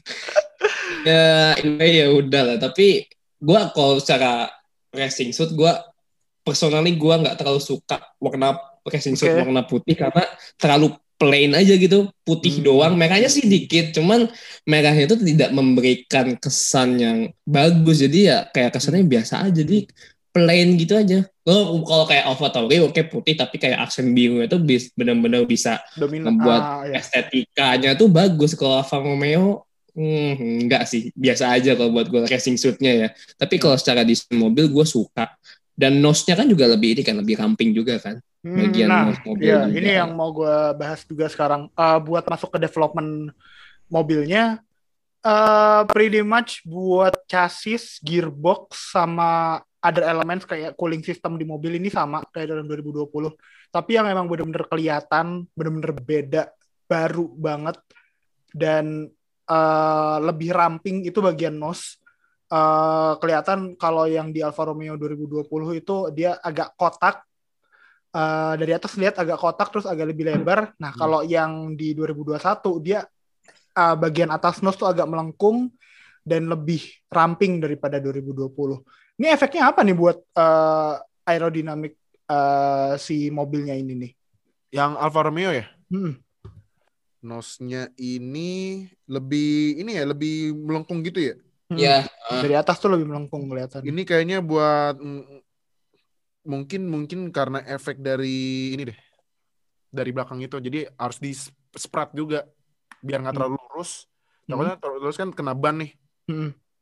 Ya anyway ya udah lah. Tapi gue kalau secara racing suit gue personally gue nggak terlalu suka warna racing suit okay. warna putih karena terlalu plain aja gitu, putih hmm. doang, merahnya sih dikit, cuman merahnya itu tidak memberikan kesan yang bagus, jadi ya kayak kesannya biasa aja, jadi plain gitu aja. Kalau kalau kayak Alfa Tauri oke putih, tapi kayak aksen biru itu bis, benar-benar bisa Dominan, membuat ah, ya. estetikanya tuh bagus. Kalau Alfa Romeo hmm, enggak sih, biasa aja kalau buat gue racing suitnya ya. Tapi kalau secara desain mobil gue suka. Dan nose-nya kan juga lebih ini kan, lebih ramping juga kan. Bagian nah, nose mobil ya, juga. Ini yang mau gue bahas juga sekarang. Uh, buat masuk ke development mobilnya, uh, pretty much buat chassis, gearbox, sama other elements kayak cooling system di mobil ini sama kayak dalam dua ribu dua puluh. Tapi yang emang benar-benar kelihatan, benar-benar beda, baru banget, dan uh, lebih ramping itu bagian nose. Uh, kelihatan kalau yang di Alfa Romeo dua ribu dua puluh itu dia agak kotak, uh, dari atas lihat agak kotak terus agak lebih lebar. Nah kalau yang di dua ribu dua puluh satu dia uh, bagian atas nose tuh agak melengkung dan lebih ramping daripada dua ribu dua puluh. Ini efeknya apa nih buat uh, aerodinamik uh, si mobilnya ini nih? Yang Alfa Romeo ya? Hmm. Nose-nya ini lebih ini ya, lebih melengkung gitu ya? Hmm. Ya, uh. dari atas tuh lebih melengkung kelihatan. Ini kayaknya buat mm, mungkin mungkin karena efek dari ini deh, dari belakang itu, jadi harus di sprat juga biar nggak terlalu lurus. Takutnya hmm. terlalu lurus kan kena ban nih. Hmm.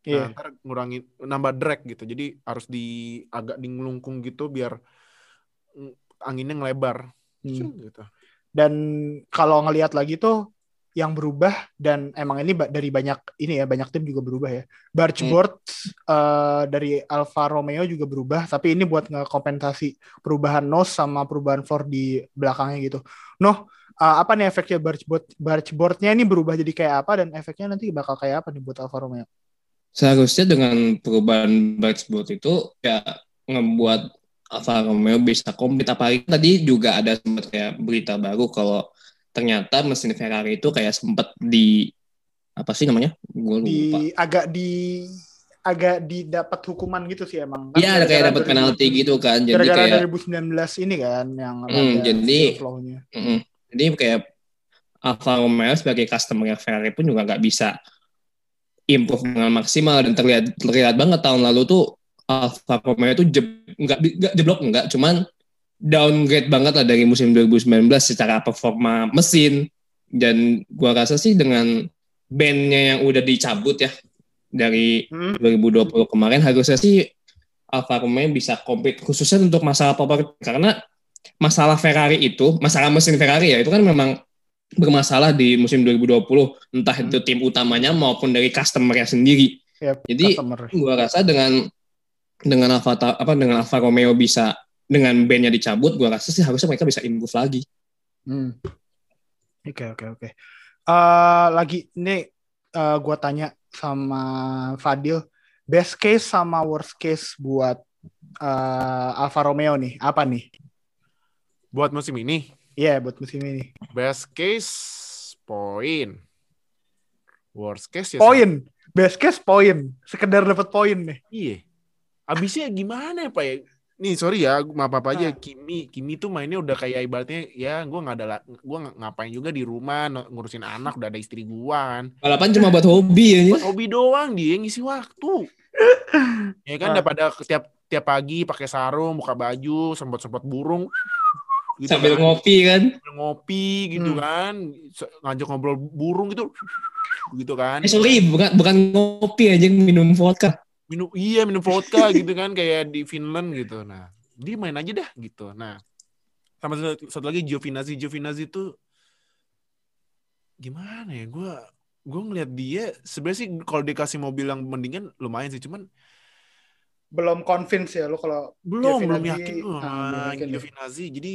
Yeah. Nah, ntar ngurangin nambah drag gitu. Jadi harus di agak di ngelungkung gitu biar anginnya ngelebar. Hmm. Gitu. Dan kalau ngelihat lagi tuh yang berubah, dan emang ini dari banyak ini ya, banyak tim juga berubah ya. Bargeboard hmm. uh, dari Alfa Romeo juga berubah, tapi ini buat ngekompensasi perubahan nose sama perubahan floor di belakangnya gitu. Noh, uh, apa nih efeknya bargeboard? Bargeboardnya ini berubah jadi kayak apa, dan efeknya nanti bakal kayak apa nih buat Alfa Romeo? Seharusnya dengan perubahan bargeboard itu ya ngebuat Alfa Romeo bisa komplit. Apalagi tadi juga ada sempat kayak berita baru kalau ternyata mesin Ferrari itu kayak sempat di apa sih namanya? Gue lupa. Di agak di agak didapat hukuman gitu sih emang. Iya, kan, kayak dapat penalti gitu kan. Jadi gara-gara kayak dua ribu sembilan belas ini kan yang mm, ada jadi flow-nya. Mm, jadi kayak Alfa Romeo sebagai customer Ferrari pun juga nggak bisa improve dengan maksimal, dan terlihat terlihat banget tahun lalu tuh Alfa Romeo itu je, nggak nggak jeblok nggak, cuman downgrade banget lah dari musim dua ribu sembilan belas secara performa mesin. Dan gua rasa sih dengan ban-nya yang udah dicabut ya dari hmm. dua ribu dua puluh kemarin, harusnya sih Alfa Romeo bisa compete khususnya untuk masalah power, karena masalah Ferrari itu, masalah mesin Ferrari ya itu kan memang bermasalah di musim dua ribu dua puluh, entah hmm. itu tim utamanya maupun dari customer-nya sendiri. Yep, jadi customer. Gua rasa dengan dengan Alfa apa dengan Alfa Romeo bisa dengan ban-nya dicabut, gue rasa sih harusnya mereka bisa improve lagi. Hmm. Oke oke oke. Uh, lagi nih uh, gue tanya sama Fadil, best case sama worst case buat uh, Alfa Romeo nih apa nih? Buat musim ini? Iya yeah, buat musim ini. Best case poin. Worst case ya. Poin. Best case poin. Sekedar dapat poin nih. Iya. Abisnya gimana ya Pak ya? Nih sorry ya, maaf apa aja. Nah. Kimi, Kimi tuh mainnya udah kayak ibaratnya ya gue nggak ada, gue ngapain juga di rumah ngurusin anak, udah ada istri gue kan. Balapan cuma buat hobi ya. Buat hobi doang dia ngisi waktu. Ya kan, nah. Daripada tiap tiap pagi pakai sarung, buka baju, semprot-semprot burung. Gitu sambil kan. ngopi kan? Sambil ngopi gitu hmm. kan, ngajak ngobrol burung gitu, gitu kan. Eh sorry, bukan bukan ngopi aja, minum vodka. minum iya minum vodka gitu kan kayak di Finland gitu. Nah dia main aja dah gitu. Nah sama satu, satu lagi Giovinazzi Giovinazzi itu gimana ya, gue gue ngeliat dia sebenarnya sih kalau dikasih mobil yang mendingan lumayan sih, cuman belum convince ya lo kalau belum belum yakin gue sama Giovinazzi. Jadi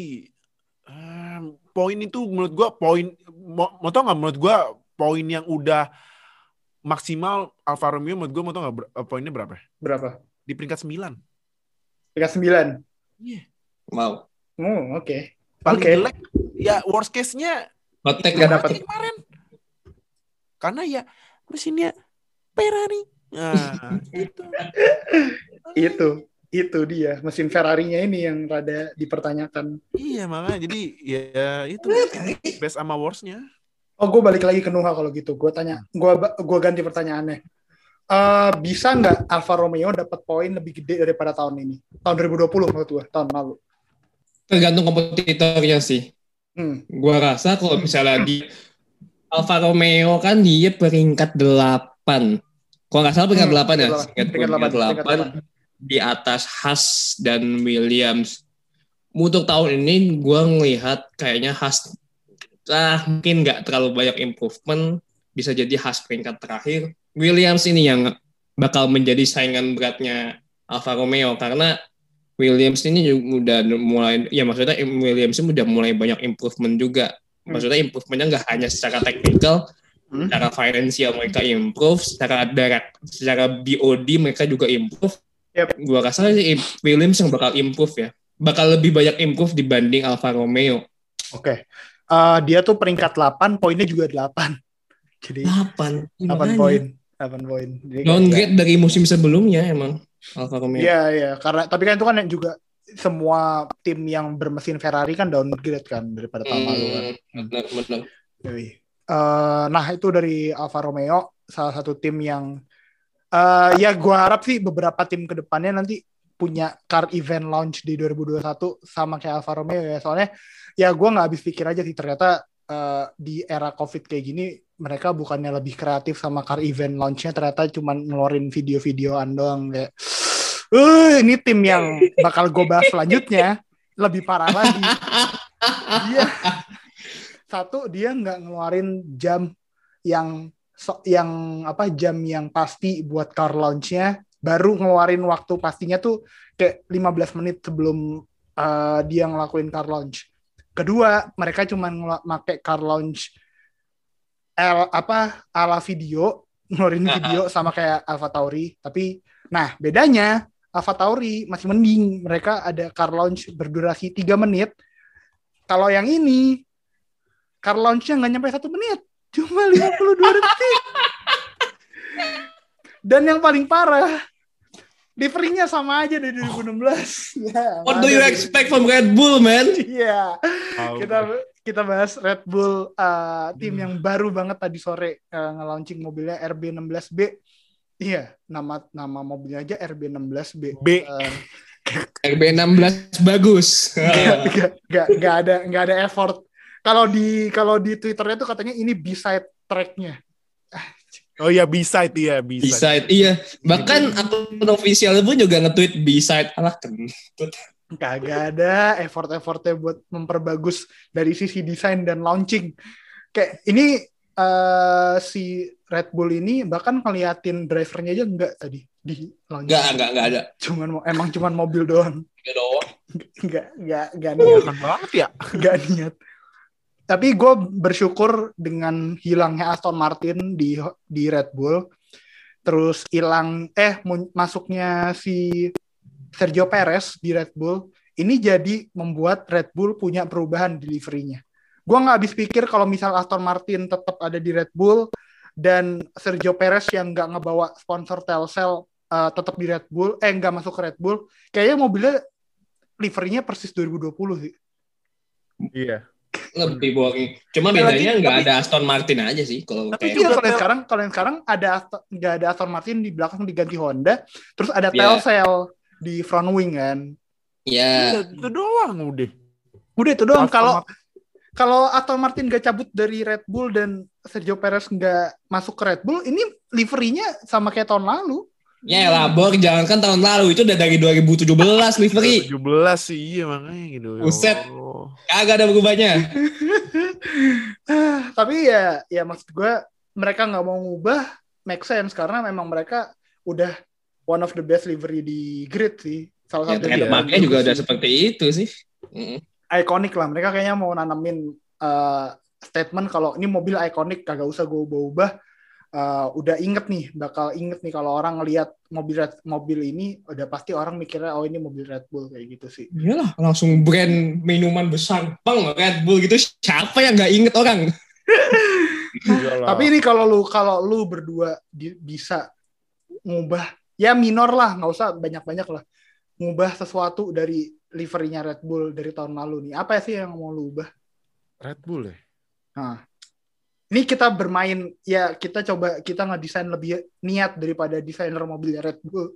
um, poin itu menurut gue poin mau, mau tau nggak menurut gue poin yang udah maksimal Alfa Romeo menurut gue mau tau gak ber- poinnya berapa? Berapa? Di peringkat sembilan. Peringkat sembilan? Iya. Yeah. Wow. Oh oke. Okay. Paling okay. jelek, ya worst case-nya Hotek gak dapat kemarin. Karena ya mesinnya Ferrari. Nah, gitu. itu, itu dia. Mesin Ferrari-nya ini yang rada dipertanyakan. Iya makanya, jadi ya itu best sama worst-nya. Oh, gue balik lagi ke Nuha kalau gitu. Gue tanya, gue gue ganti pertanyaannya. Uh, bisa nggak Alfa Romeo dapat poin lebih gede daripada tahun ini? Tahun dua ribu dua puluh menurut gue, tahun lalu. Tergantung kompetitornya sih. Hmm. Gue rasa kalau misalnya di Alfa Romeo kan dia peringkat delapan. Kalau nggak salah peringkat hmm, delapan ya. Peringkat delapan di atas Haas dan Williams. Untuk tahun ini gue ngelihat kayaknya Haas ah, mungkin nggak terlalu banyak improvement, bisa jadi Haas peringkat terakhir. Williams ini yang bakal menjadi saingan beratnya Alfa Romeo, karena Williams ini udah mulai, ya maksudnya Williams ini udah mulai banyak improvement juga. Maksudnya improvementnya nggak hanya secara technical, hmm. secara financial mereka improve, secara direct, secara B O D mereka juga improve. Yep. Gua rasa sih Williams yang bakal improve ya, bakal lebih banyak improve dibanding Alfa Romeo. Oke. Okay. Uh, dia tuh peringkat delapan, poinnya juga delapan. Jadi delapan, delapan poin, delapan poin. Downgrade dari musim sebelumnya emang Alfa Romeo. Iya, iya, karena tapi kan itu kan juga semua tim yang bermesin Ferrari kan downgrade kan daripada tahun lalu kan. Benar, benar. Uh, nah, itu dari Alfa Romeo, salah satu tim yang uh, ya gua harap sih beberapa tim ke depannya nanti punya car event launch di dua ribu dua puluh satu sama kayak Alfa Romeo ya. Soalnya ya gue nggak habis pikir aja sih ternyata uh, di era COVID kayak gini mereka bukannya lebih kreatif sama car event launch-nya, ternyata cuma ngeluarin video-videoan doang kayak uh ini tim yang bakal gue bahas selanjutnya lebih parah lagi. Dia satu dia nggak ngeluarin jam yang so, yang apa jam yang pasti buat car launch-nya, baru ngeluarin waktu pastinya tuh kayak lima belas menit sebelum uh, dia ngelakuin car launch. Kedua, mereka cuma pakai car launch el, apa ala video, ngeluarin video sama kayak AlphaTauri, tapi nah bedanya AlphaTauri masih mending, mereka ada car launch berdurasi tiga menit. Kalau yang ini car launch-nya nggak nyampe satu menit, cuma lima puluh dua detik. Dan yang paling parah, livery-nya sama aja dari dua ribu enam belas. Ya, What do you expect from Red Bull, man? Iya. Oh, kita kita bahas Red Bull, uh, tim hmm. yang baru banget tadi sore uh, nge-launching mobilnya R B enam belas B. Iya, nama nama mobilnya aja R B enam belas B. B. Uh, R B enam belas bagus. Gak, gak, gak ada gak ada effort. Kalau di kalau di Twitternya tuh katanya ini B-side track-nya. Oh iya, B-side iya, B-side. B-side iya. Bahkan akun official pun juga nge-tweet B-side. Alah kentut. Kagak ada effort-effortnya buat memperbagus dari sisi desain dan launching. Kayak ini uh, si Red Bull ini bahkan ngeliatin drivernya aja enggak tadi di launching. Enggak, enggak, enggak ada. Cuman emang cuman mobil doang. Enggak doang. Enggak, enggak, enggak niat. Bukan banget ya. Enggak niat. Tapi gue bersyukur dengan hilangnya Aston Martin di di Red Bull, terus hilang eh masuknya si Sergio Perez di Red Bull, ini jadi membuat Red Bull punya perubahan di livery-nya. Gue nggak habis pikir kalau misal Aston Martin tetap ada di Red Bull dan Sergio Perez yang nggak ngebawa sponsor Telcel uh, tetap di Red Bull, eh nggak masuk ke Red Bull, kayaknya mobilnya livery-nya persis dua ribu dua puluh sih. Iya. Lebih boring. Cuma bedanya nggak ada Aston Martin aja sih kalau tapi juga kalau yang sekarang kalau yang sekarang ada nggak ada Aston Martin, di belakang diganti Honda, terus ada yeah. Telcel di front wing kan. Iya. Yeah. Itu doang udah. Udah itu doang. Kalau kalau Aston Martin nggak cabut dari Red Bull dan Sergio Perez nggak masuk ke Red Bull, ini livery-nya sama kayak tahun lalu. Ya lah, Bor, jangankan tahun lalu, itu udah dari dua ribu tujuh belas livery. tujuh belas sih, iya makanya gitu. Buset, kagak ada berubahnya. Tapi ya, ya maksud gue, mereka nggak mau ngubah, make sense, karena memang mereka udah one of the best livery di grid sih. Salah ya, satu ya, makanya juga udah seperti itu sih. Mm. Ikonik lah, mereka kayaknya mau nanamin uh, statement kalau ini mobil ikonik, kagak usah gue ubah-ubah. Uh, udah inget nih, bakal inget nih kalau orang ngelihat mobil Red, mobil ini, udah pasti orang mikirnya oh ini mobil Red Bull kayak gitu sih. Iyalah, langsung brand minuman besar, bang Red Bull gitu, siapa yang nggak inget orang? Tapi ini kalau lu kalau lu berdua di, bisa ngubah, ya minor lah, nggak usah banyak-banyak lah, ngubah sesuatu dari liverynya Red Bull dari tahun lalu nih, apa sih yang mau lu ubah? Red Bull ya? Nah. Ini kita bermain, ya kita coba, kita ngedesain lebih niat daripada desainer mobilnya Red Bull.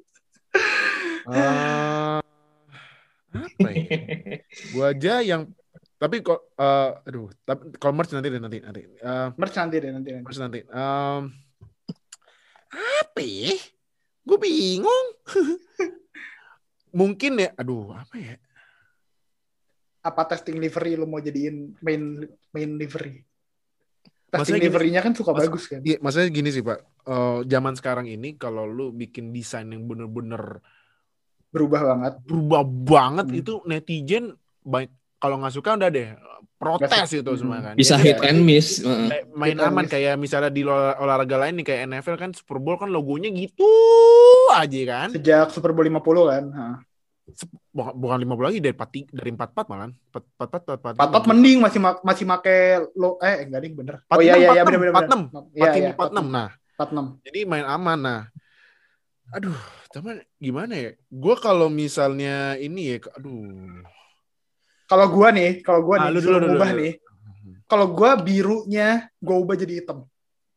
Uh, apa ya? Gua aja yang, tapi kok, uh, aduh, tapi kalau merch nanti deh, nanti, nanti. Uh, merch nanti deh, nanti. Merch nanti. Um, apa ya? Gue bingung. Mungkin ya, aduh, apa ya? Apa testing livery lu mau jadiin main main livery? Testing livery-nya kan suka mas, bagus kan. Iya, maksudnya gini sih Pak. Uh, zaman sekarang ini kalau lu bikin desain yang bener-bener berubah banget, berubah banget hmm. itu netizen baik kalau nggak suka udah deh protes itu hmm. semua kan. Bisa jadi, hit and miss. Main hit aman kayak misalnya di olahraga lain nih kayak N F L kan Super Bowl kan logonya gitu aja kan. Sejak Super Bowl lima puluh kan. Hah. Bukan lima puluh lagi dari empat dari empat puluh empat malah. empat puluh empat empat empat puluh empat mending masih masih make lo eh enggak ding bener. Oh iya iya benar benar empat puluh enam. Iya iya empat puluh enam. Nah, empat puluh enam. Jadi main aman nah. Aduh, cuman gimana ya? Gua kalau misalnya ini ya aduh. Kalau gua nih, kalau gua ah, nih dulu, dulu, ubah dulu. nih. Kalau gua birunya gua ubah jadi hitam.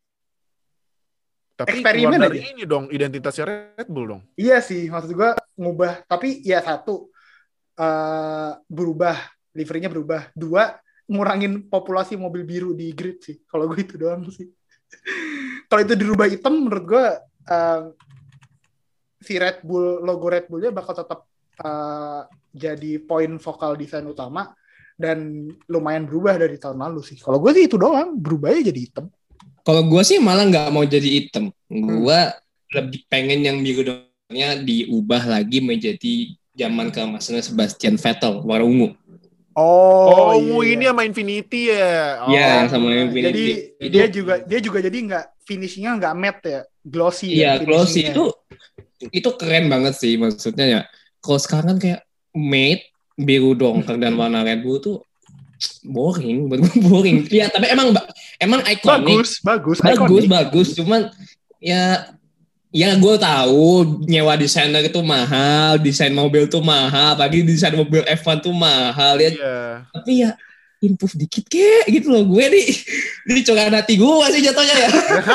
Tapi eksperimen dari aja. Ini dong identitasnya Red Bull dong. Iya sih, maksud gue ngubah. Tapi ya satu uh, berubah, liverynya berubah. Dua ngurangin populasi mobil biru di grid sih. Kalau gue itu doang sih. Kalau itu dirubah hitam, menurut gue uh, si Red Bull, logo Red Bullnya bakal tetap uh, jadi poin vokal desain utama dan lumayan berubah dari tahun lalu sih. Kalau gue sih itu doang, berubahnya jadi hitam. Kalau gue sih malah nggak mau jadi hitam. Gue hmm. lebih pengen yang biru doangnya diubah lagi menjadi zaman keemasannya Sebastian Vettel warna ungu. Oh, oh ungu iya, ini iya. sama Infinity ya. Iya, oh, yang sama Infinity. Jadi itu, dia juga dia juga jadi nggak finishingnya nggak matte ya, glossy. Iya, ya, glossy itu itu keren banget sih maksudnya ya. Kalau sekarang kayak matte biru dongker dan warna Red Bull tuh boring, boring. Ya, tapi emang emang ikonik. Bagus, bagus, bagus, iconic. bagus. Cuman ya, ya gue tahu nyewa desainer itu mahal, desain mobil tuh mahal, apalagi desain mobil F satu tuh mahal ya. Yeah. Tapi ya improve dikit kek gitu loh. Gue nih, ini coran hati gue sih jatuhnya ya.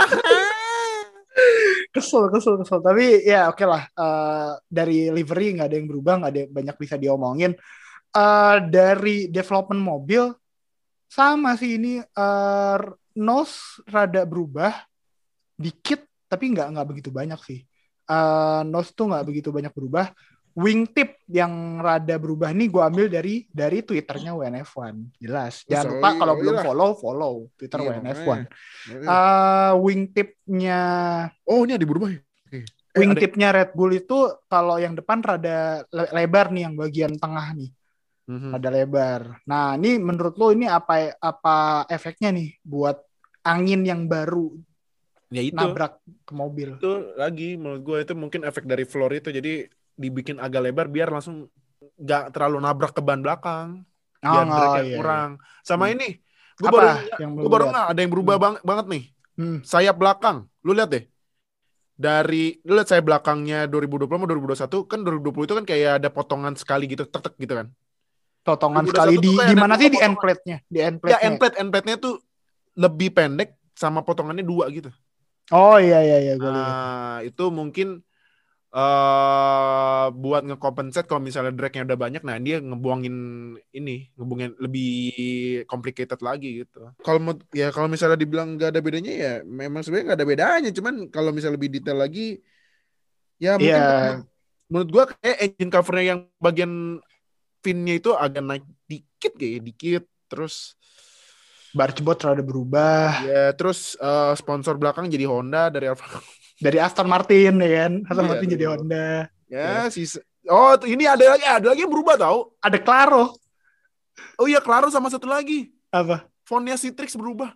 kesel, kesel, kesel. Tapi ya oke okay lah. Uh, dari livery nggak ada yang berubah, nggak ada yang banyak bisa diomongin. Uh, dari development mobil sama sih ini uh, nose rada berubah dikit tapi nggak nggak begitu banyak sih. Uh, nose tuh nggak begitu banyak berubah. Wingtip yang rada berubah nih gue ambil dari dari Twitternya W N F satu jelas. Jangan lupa kalau belum follow follow Twitter iya, W N F satu. Uh, wingtipnya oh ini ada berubah ya? Okay. Eh, wingtipnya Red Bull itu kalau yang depan rada lebar nih yang bagian tengah nih. Mm-hmm. Ada lebar. Nah, ini menurut lo ini apa apa efeknya nih buat angin yang baru ya itu, nabrak ke mobil? Itu lagi menurut gue itu mungkin efek dari floor itu, jadi dibikin agak lebar biar langsung nggak terlalu nabrak ke ban belakang, biar oh, drag-nya iya, kurang. Sama hmm. ini, gue baru gue baru nggak ada yang berubah hmm. bang, banget nih. Hmm. Sayap belakang, lu lihat deh. Dari lu lihat sayap belakangnya dua ribu dua puluh sama dua ribu dua puluh satu kan dua ribu dua puluh itu kan kayak ada potongan sekali gitu, tek-tek gitu kan. Potongan sekali di di mana sih di end plate-nya? Di end plate-nya. Ya end plate, end plate-nya tuh lebih pendek sama potongannya dua gitu. Oh iya iya iya gue lihat. Nah, itu mungkin uh, buat ngecompensate kalau misalnya drag-nya udah banyak, nah dia ngebuangin ini, ngebuangin lebih complicated lagi gitu. Kalau ya kalau misalnya dibilang nggak ada bedanya ya memang sebenarnya nggak ada bedanya, cuman kalau misalnya lebih detail lagi ya mungkin yeah. menurut gua kayak engine covernya yang bagian finnya itu agak naik dikit kayak dikit, terus bargeboard rada berubah. Ya, terus uh, sponsor belakang jadi Honda dari Alfa. Dari Aston Martin ya kan. Aston iya, Martin jadi Honda. Ya, ya. Si oh, ini ada lagi, ada lagi yang berubah tau. Ada Claro. Oh iya, Claro sama satu lagi. Apa? Fontnya Citrix berubah.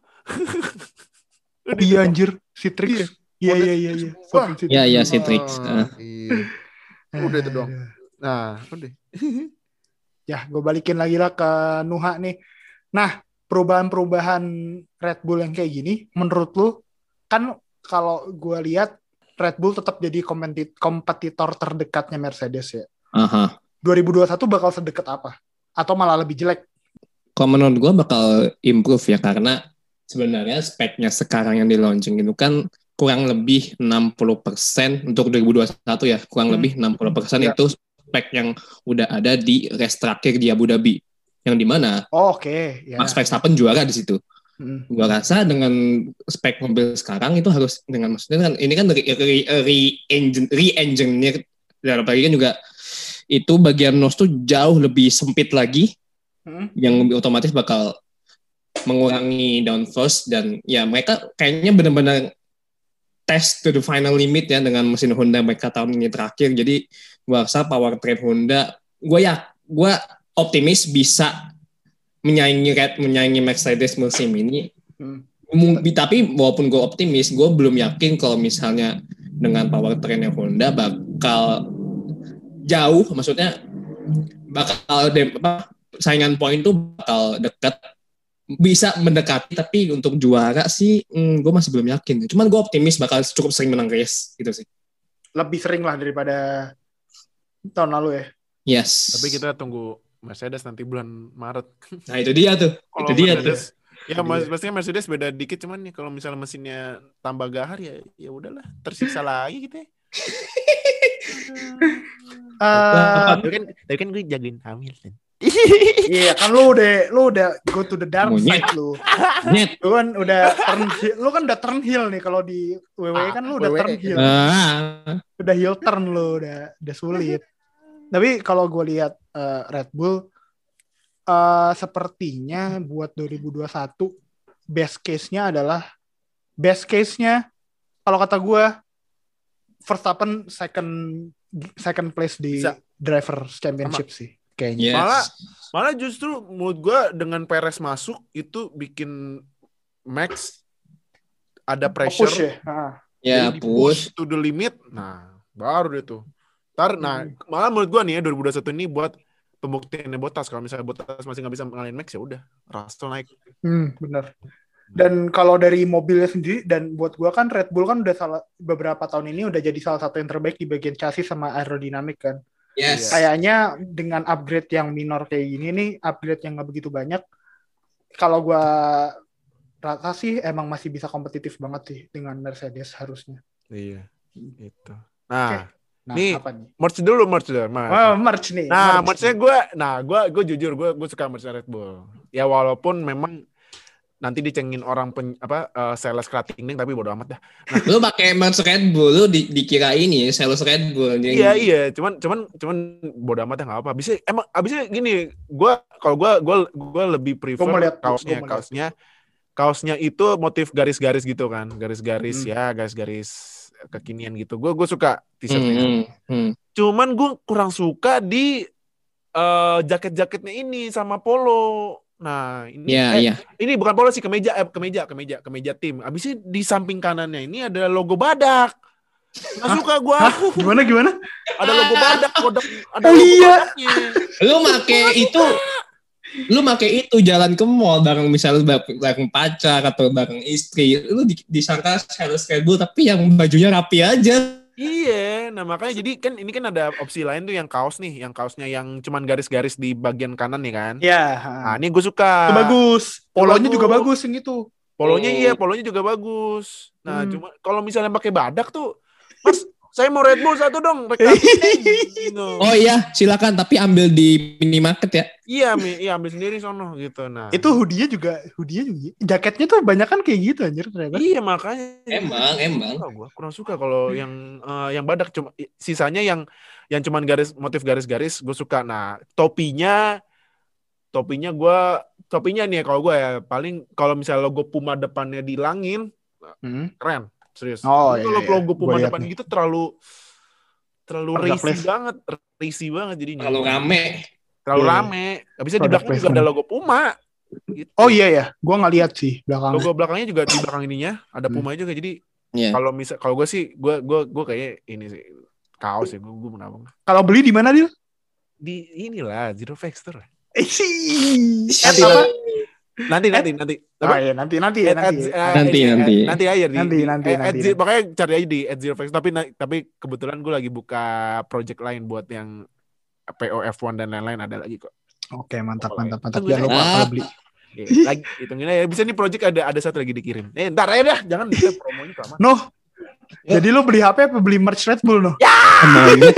Iya anjir, Citrix. Iya iya iya iya. Iya iya Citrix. Ah, iya. Udah itu dong. Nah, udah. Ya, gue balikin lagi lah ke Nuha nih. Nah, perubahan-perubahan Red Bull yang kayak gini, menurut lu, kan kalau gue lihat Red Bull tetap jadi kompetitor terdekatnya Mercedes ya. Aha. dua ribu dua puluh satu bakal sedekat apa? Atau malah lebih jelek? Kalau menurut gue bakal improve ya, karena sebenarnya speknya sekarang yang di launching itu kan kurang lebih enam puluh persen untuk dua ribu dua puluh satu ya, kurang hmm. lebih enam puluh persen ya. Itu spek yang udah ada di race terakhir di Abu Dhabi, yang dimana oh, oke okay. yeah. Max Verstappen juara di situ. Hmm. Gua rasa dengan spek mobil sekarang itu harus dengan maksudnya kan ini kan re, re, re engine re engineer dan apalagi kan juga itu bagian nose tuh jauh lebih sempit lagi, hmm. yang lebih otomatis bakal mengurangi downforce, dan ya mereka kayaknya benar-benar test to the final limit ya dengan mesin Honda mereka tahun ini terakhir. Jadi gue rasa powertrain Honda, gue ya, gue optimis bisa menyaingi Red, menyaingi Mercedes musim ini. Hmm. Tapi walaupun gue optimis, gue belum yakin kalau misalnya dengan powertrain yang Honda bakal jauh, maksudnya bakal de- apa, saingan poin tuh bakal dekat, bisa mendekati, tapi untuk juara sih hmm, gue masih belum yakin. Cuman gue optimis bakal cukup sering menang race gitu sih. Lebih sering lah daripada tahun lalu ya. Yes. Tapi kita tunggu Mercedes nanti bulan Maret. Nah itu dia tuh. Itu dia Mercedes, tuh. Ya mas- pastinya Mercedes beda dikit, cuman nih kalau misalnya mesinnya tambah gahar ya ya udahlah, tersiksa lagi gitu ya. uh, tapi kan tapi kan gue jagain Hamilton. Iya kan lu udah lu udah go to the dark Monyet. side lu. Net. Lu kan udah turn lu kan udah turn heel nih kalau di W W E kan lu udah W W E. turn heel. Ah. Udah heel turn lu udah udah sulit. Tapi kalau gue lihat uh, Red Bull uh, sepertinya buat dua ribu dua puluh satu best case-nya adalah best case-nya kalau kata gue Verstappen second second place di Bisa. Drivers Championship Sama. sih kayaknya. Yes. Malah malah justru menurut gue dengan Perez masuk itu bikin Max ada pressure. Push ya. Ah. Ya, Jadi push. to the limit. Nah, baru dia tuh. Ntar, nah, malah menurut gue nih ya dua ribu dua puluh satu ini buat pembuktiannya Bottas. Kalau misalnya Bottas masih nggak bisa ngalahin Max ya udah, Russell naik. Hmm, benar. Dan kalau dari mobilnya sendiri dan buat gua kan Red Bull kan udah salah beberapa tahun ini udah jadi salah satu yang terbaik di bagian chassis sama aerodinamik kan. Yes. Kayaknya dengan upgrade yang minor kayak gini nih, upgrade yang nggak begitu banyak, kalau gua rasa sih emang masih bisa kompetitif banget sih dengan Mercedes harusnya. Iya, itu. Nah, Nah, nih, apa nih? merch dulu, merch dulu. Merch. Oh, merch nih. Nah, merch merchnya nih. gue, nah gue gue jujur gue gue suka merch Red Bull. Ya walaupun memang nanti dicengin orang pen, apa uh, sales cutting tapi bodo amat dah. Nah, lu pakai merch Red Bull, lu di, dikira ini ya, sales Red Bull. Iya iya, cuman cuman cuman bodo amat dah nggak apa. Abisnya emang abisnya gini, gue kalau gue gue gue lebih prefer liat, kaosnya kaosnya kaosnya itu motif garis-garis gitu kan, garis-garis Hmm. ya, garis-garis kekinian gitu. Gue gue suka t-shirtnya. Hmm, hmm. Cuman gue kurang suka di uh, jaket-jaketnya ini sama polo. Nah, ini Ya, eh, ya. ini bukan polo sih, kemeja, eh, kemeja, kemeja, kemeja tim. Abisnya di samping kanannya ini ada logo badak. Nggak suka gue. Gimana gimana? Ada logo badak, kodok, ada Oh, logo iya. badaknya. Lu make itu, lu make itu jalan ke mall bareng misalnya bareng pacar atau bareng istri, lu di, disangka sales Red Bull tapi yang bajunya rapi aja. Iya, nah makanya jadi kan ini kan ada opsi lain tuh yang kaos nih, yang kaosnya yang cuman garis-garis di bagian kanan nih kan. Ya. Nah, ini gue suka. Itu bagus. Polonya bagus. juga bagus yang itu. Polonya Hmm. iya, polonya juga bagus. Nah, Hmm. cuma kalau misalnya pakai badak tuh, Mas, saya mau Red Bull satu dong, rekam. gitu. Oh iya, silakan tapi ambil di minimarket ya. Iya, mi, iya ambil sendiri sono gitu. Nah, Itu hoodie-nya juga, hoodie-nya juga. Jaketnya tuh banyak kan kayak gitu anjir ternyata. iya makanya. Emang, emang. Kurang, gua kurang suka kalau yang uh, yang badak cuma sisanya yang yang cuman garis motif garis-garis gue suka. Nah, topinya topinya gue topinya nih kalau gue ya paling kalau misalnya logo Puma depannya dihilangin Hmm. keren serius. Oh, Tapi iya, kalau iya. logo Puma Gua liat depan nih. gitu terlalu terlalu Product risi place. banget, risi banget jadinya. Kalau rame. Terlalu Iya. rame. Habisnya di Product belakang juga ada placement. logo Puma. Gitu. Oh iya ya, gua nggak lihat sih belakang. Logo belakangnya juga di belakang ininya ada Hmm. Puma juga. Jadi Iya. kalau misal kalau gue sih gue gue gue kayak ini sih kaos ya gue gue menabung Kalau beli di mana dia? di inilah Zero Factor. Eh sih. Nanti apa? nanti nanti nanti Oh iya nanti nanti ya At- nanti. at- eh, Nanti, ini, nanti. eh, nanti aja di, Nanti, di- nanti, eh, at nanti, Zero- nanti. makanya cari aja di at Zero Factor tapi na- tapi kebetulan gue lagi buka project lain buat yang P O F satu dan lain-lain ada lagi kok. Oke mantap Boleh. mantap mantap. Tunggu Jangan deh. lupa Ah. kalau beli. Oke, lagi hitungin aja bisa nih project ada ada satu lagi dikirim. Eh ntar aja dah jangan bisa promonya kelamaan. Noh. Jadi lu beli H P apa beli merch Red Bull noh? Monyet.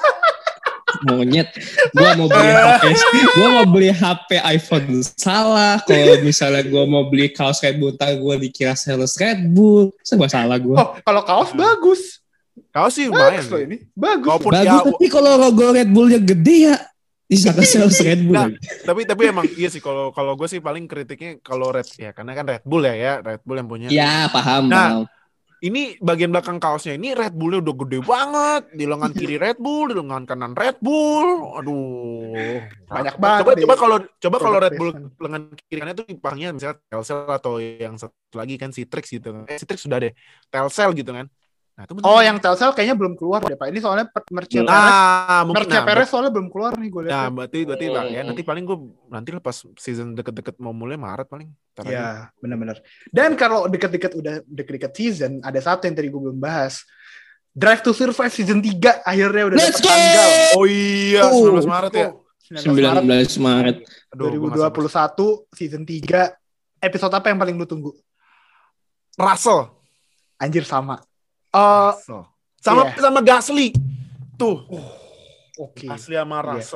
Monyet. Gua mau beli H P. Gua mau beli H P iPhone salah. Kalau misalnya gua mau beli kaos Red Bull, ntar gua dikira sales Red Bull. Serba salah gua. Oh kalau kaos bagus. Kaos sih lumayan. Bagus loh sih. ini. Bagus. Kalaupun Bagus, ya, tapi kalau logo Red Bullnya gede ya disangka sales Red Bull. Nah, tapi tapi emang iya sih kalau kalau gue sih paling kritiknya kalau Red ya karena kan Red Bull ya ya Red Bull yang punya. Ya, paham, Nah, paham. Ini bagian belakang kaosnya ini Red Bullnya udah gede banget, di lengan kiri Red Bull, di lengan kanan Red Bull. Aduh. Banyak Coba- banget Coba deh. coba kalau coba kalau Product Red Bull placement. lengan kiri kanannya tuh dipasangnya misalnya Telcel atau yang satu lagi kan Citrix gitu. Eh Citrix sudah deh. Telcel gitu kan. Nah, itu bener. Oh yang Telcel kayaknya belum keluar deh Pak. Ini soalnya per- merchnya Perez. Nah, mungkin Merchnya nah, Perez soalnya belum keluar nih gue Nah, lihat. berarti berarti Hmm. lah ya. Nanti paling gue nanti lepas season deket-deket mau mulai Maret paling. Ntar aja. Ya benar-benar. Dan kalau deket-deket udah deket-deket season, ada satu yang tadi gue belum bahas. Drive to Survive season tiga akhirnya udah Let's dapet go! tanggal. Oh iya, Oh, sembilan belas Maret ya. sembilan belas Maret. Aduh, dua ribu gua dua nggak puluh satu season tiga. Episode apa yang paling lu tunggu? sabar. Russell. Anjir sama. Uh, Russell. Sama iya. sama Gasly. Tuh, Oke. Gasly sama Iya. Russell.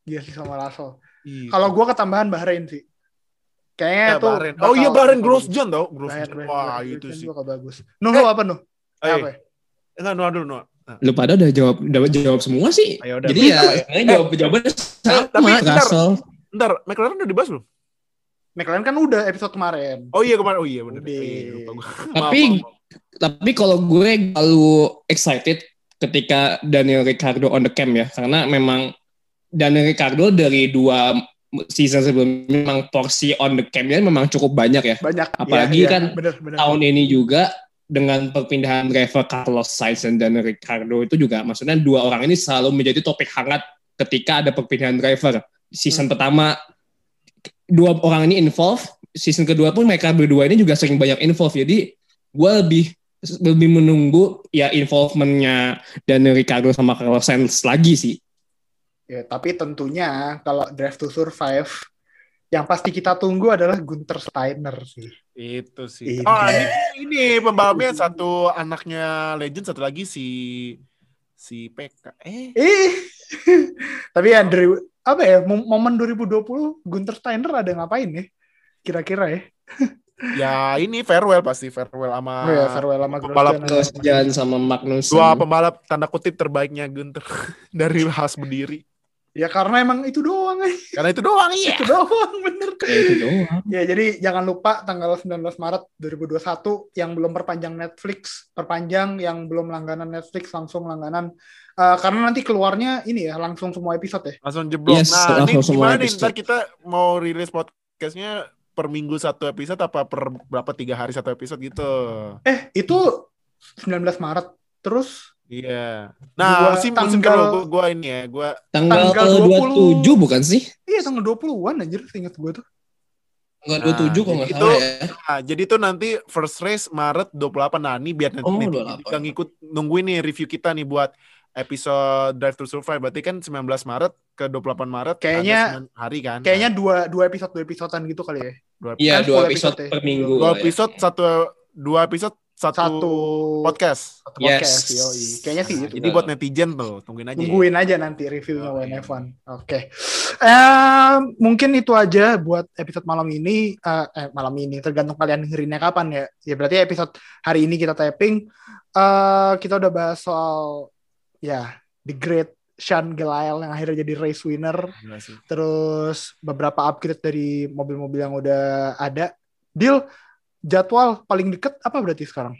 Gasly sama Russell. Iya. Kalau gue ketambahan Bahrain sih. Kayaknya ya, tuh. Bahrain. Oh iya Bahrain Grosjean tau. Grosjean. Bahrain, Wah Bahrain, itu Bahrain sih. bakal bagus. Nuh eh, apa Nuh? Eh, eh, apa? Enggak Noah dulu Noah. Nah. Lu pada udah jawab udah jawab semua sih. Ayo, Jadi ya sebenarnya jawab eh, jawabannya sama. Eh, tapi bentar, Russell. bentar, McLaren udah dibahas belum? McLaren kan udah episode kemarin. Oh iya kemarin. Oh iya benar. Udah. Oh, iya, lupa gue. Tapi maaf, maaf. Tapi kalau gue selalu excited ketika Daniel Ricciardo on the cam ya, karena memang Daniel Ricciardo dari dua season sebelumnya memang porsi on the cam-nya memang cukup banyak ya. Banyak. Apalagi ya, kan ya. Bener, bener. tahun ini juga dengan perpindahan driver Carlos Sainz dan Daniel Ricciardo itu juga maksudnya dua orang ini selalu menjadi topik hangat ketika ada perpindahan driver. Season hmm. pertama dua orang ini involve, season kedua pun mereka berdua ini juga sering banyak involve. Jadi gue lebih lebih menunggu ya involvementnya Daniel Ricciardo sama Carlos Sainz lagi sih. Ya, tapi tentunya kalau Drive to Survive yang pasti kita tunggu adalah Gunther Steiner sih. Itu sih. Ini. Oh ini, ini pembalapnya satu anaknya Legend, satu lagi si si P K. Eh. Eh. Tapi ya dari apa ya momen dua ribu dua puluh Gunther Steiner ada ngapain ya? Kira-kira ya? Ya ini farewell pasti farewell sama oh ya, farewell sama pembalap Grosjean sama Magnussen. Dua pembalap tanda kutip terbaiknya Gunther dari Haas berdiri. Ya karena emang itu doang eh. Karena itu doang iya. Itu doang bener. Ya, itu doang. Ya jadi jangan lupa tanggal sembilan belas Maret dua ribu dua puluh satu yang belum perpanjang Netflix, perpanjang, yang belum langganan Netflix langsung langganan. Uh, karena nanti keluarnya ini ya langsung semua episode ya. Langsung jeblok. Yes, nah, ini gimana nih ntar episode. kita mau rilis podcastnya per minggu satu episode apa per berapa tiga hari satu episode gitu? Eh itu sembilan belas Maret terus. Iya. Nah, musim musim kedua gua ini ya, gua tanggal, tanggal dua puluh tujuh bukan sih? Iya, tanggal dua puluhan anjir, ingat gua tuh. Tanggal dua puluh tujuh kok enggak salah ya. Nah, jadi tuh nanti first race Maret dua puluh delapan. Nah, ini biar nanti oh, kita ngikut nungguin nih review kita nih buat episode Drive to Survive. Berarti kan sembilan belas Maret ke dua puluh delapan Maret kayaknya hari kan. Kayaknya nah. dua dua episode dua episodean gitu kali ya. Dua Iya, kan dua episode, episode per minggu. Dua episode ya. satu dua episode Satu, satu podcast. Satu podcast, yes. Yoi. Kayaknya sih. Nah, jadi buat netizen tuh, tungguin aja. Tungguin aja nanti reviewnya oh, W N F satu. Oke. Okay. Uh, mungkin itu aja buat episode malam ini. Uh, eh malam ini tergantung kalian dengerinnya kapan ya. Ya berarti episode hari ini kita taping. Uh, kita udah bahas soal ya The Great Sean Gelael yang akhirnya jadi race winner. Terus beberapa upgrade dari mobil-mobil yang udah ada. Deal. Jadwal paling deket apa berarti sekarang?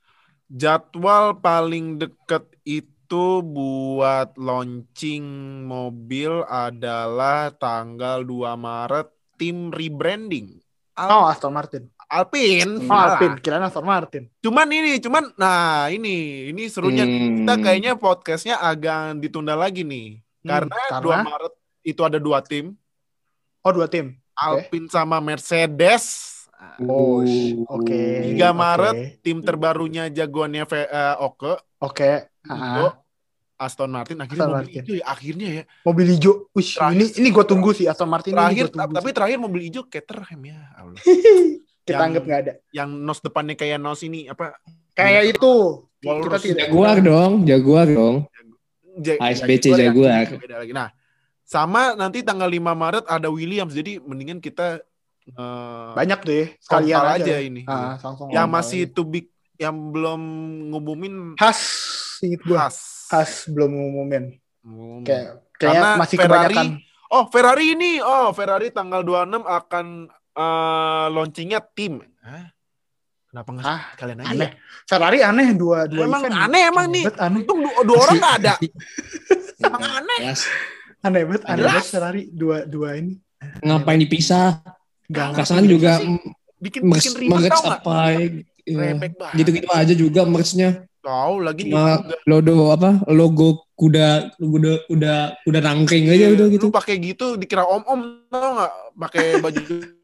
Jadwal paling deket itu buat launching mobil adalah tanggal dua Maret tim rebranding. Al- oh, Aston Martin. Alpine. Oh, Alpine, kirain Aston Martin. Cuman ini, cuman nah ini, ini serunya hmm. kita kayaknya podcastnya agak ditunda lagi nih. Hmm, karena, karena dua Maret itu ada dua tim. Oh, dua tim. Alpine okay. sama Mercedes. Oh, oke. Okay. tiga Maret okay. tim terbarunya jagoannya uh, Oke. Oke. Okay. Uh-huh. Aston Martin akhirnya Aston mobil Martin. hijau ya akhirnya ya. Mobil hijau. Ush, ini ini gue tunggu sih Aston Martin terakhir, ini tunggu tapi sih. terakhir mobil hijau Caterham ya. Allah. Kita yang, anggap nggak ada. Yang nos depannya kayak nos ini apa? Kayak itu. Kita tidak. Jaguar dong, Jaguar dong. Jag- A S B C Jaguar. Jaguar. Beda lagi. Nah, sama nanti tanggal lima Maret ada Williams. Jadi mendingan kita Uh, banyak deh sekalian aja. aja ini. Ah, yang masih to big, yang belum ngumumin Has, inget gua. Has, Has belum ngumumin. Hmm. Kayak kayaknya masih Ferrari, kebanyakan. Oh, Ferrari ini. Oh, Ferrari tanggal dua puluh enam akan uh, launchingnya tim. Hah? Kenapa enggak ah, kalian aja? Aneh. Ferrari aneh dua dua emang event. Aneh emang nih. Aneh. Untung dua, dua orang enggak ada. Emang aneh. Yes. Aneh banget, aneh banget Ferrari dua dua ini. Ngapain dipisah? Perasaan juga bikin bikin ribet tau nggak? Apa ya, gitu-gitu aja juga merch-nya. Tahu lagi cuma logo apa? Logo kuda kuda kuda kuda rangking aja udah gitu. Lu pakai gitu dikira om-om tau nggak? Pakai baju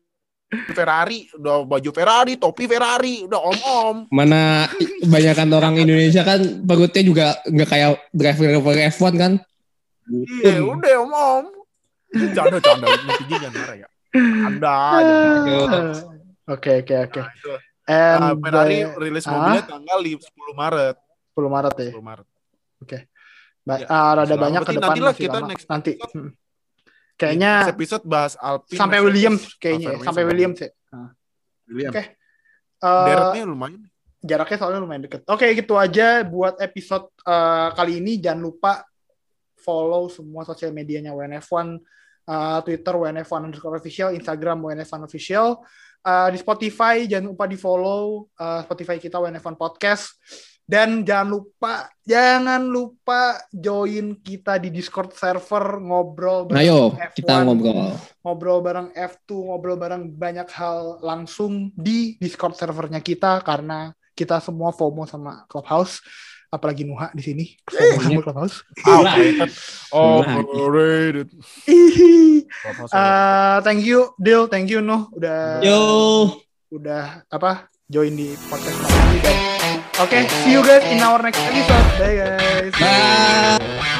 Ferrari, udah baju Ferrari, topi Ferrari, udah om-om. Mana kebanyakan orang Indonesia kan perutnya juga nggak kayak driver F satu kan? Iya, udah om-om. Canda-canda, netizen jangan marah ya. Ada aja. Oke oke oke. Nah, Ferrari the... rilis mobilnya ah? tanggal sepuluh Maret. sepuluh Maret ya. sepuluh Maret. Oke. Okay. Ba- ya, uh, rada banyak ke depan nanti lah kita lama. next nanti. episode, Kayaknya next episode bahas Alpine sampai Williams kayaknya, Alfa sampai Romeo Williams ya. Nah. William. Oke. Okay. Uh, Deretnya lumayan. Jaraknya soalnya lumayan deket. Oke, okay, gitu aja buat episode uh, kali ini. Jangan lupa follow semua sosial medianya W N F satu, uh, Twitter W N F satu underscore official, Instagram W N F satu official. Uh, di Spotify jangan lupa di follow uh, Spotify kita W N F satu Podcast. Dan jangan lupa, jangan lupa join kita di Discord server ngobrol bareng Ayo, F satu, kita ngobrol. Ngobrol bareng F dua, ngobrol bareng banyak hal langsung di Discord servernya kita karena kita semua FOMO sama Clubhouse, apalagi Nuha di sini. FOMO sama Clubhouse. Overrated. uh, thank you, Dil, thank you Nuh udah Yo. udah apa join di podcast kali ini. Oke, okay, see you guys in our next episode. Bye guys. Bye.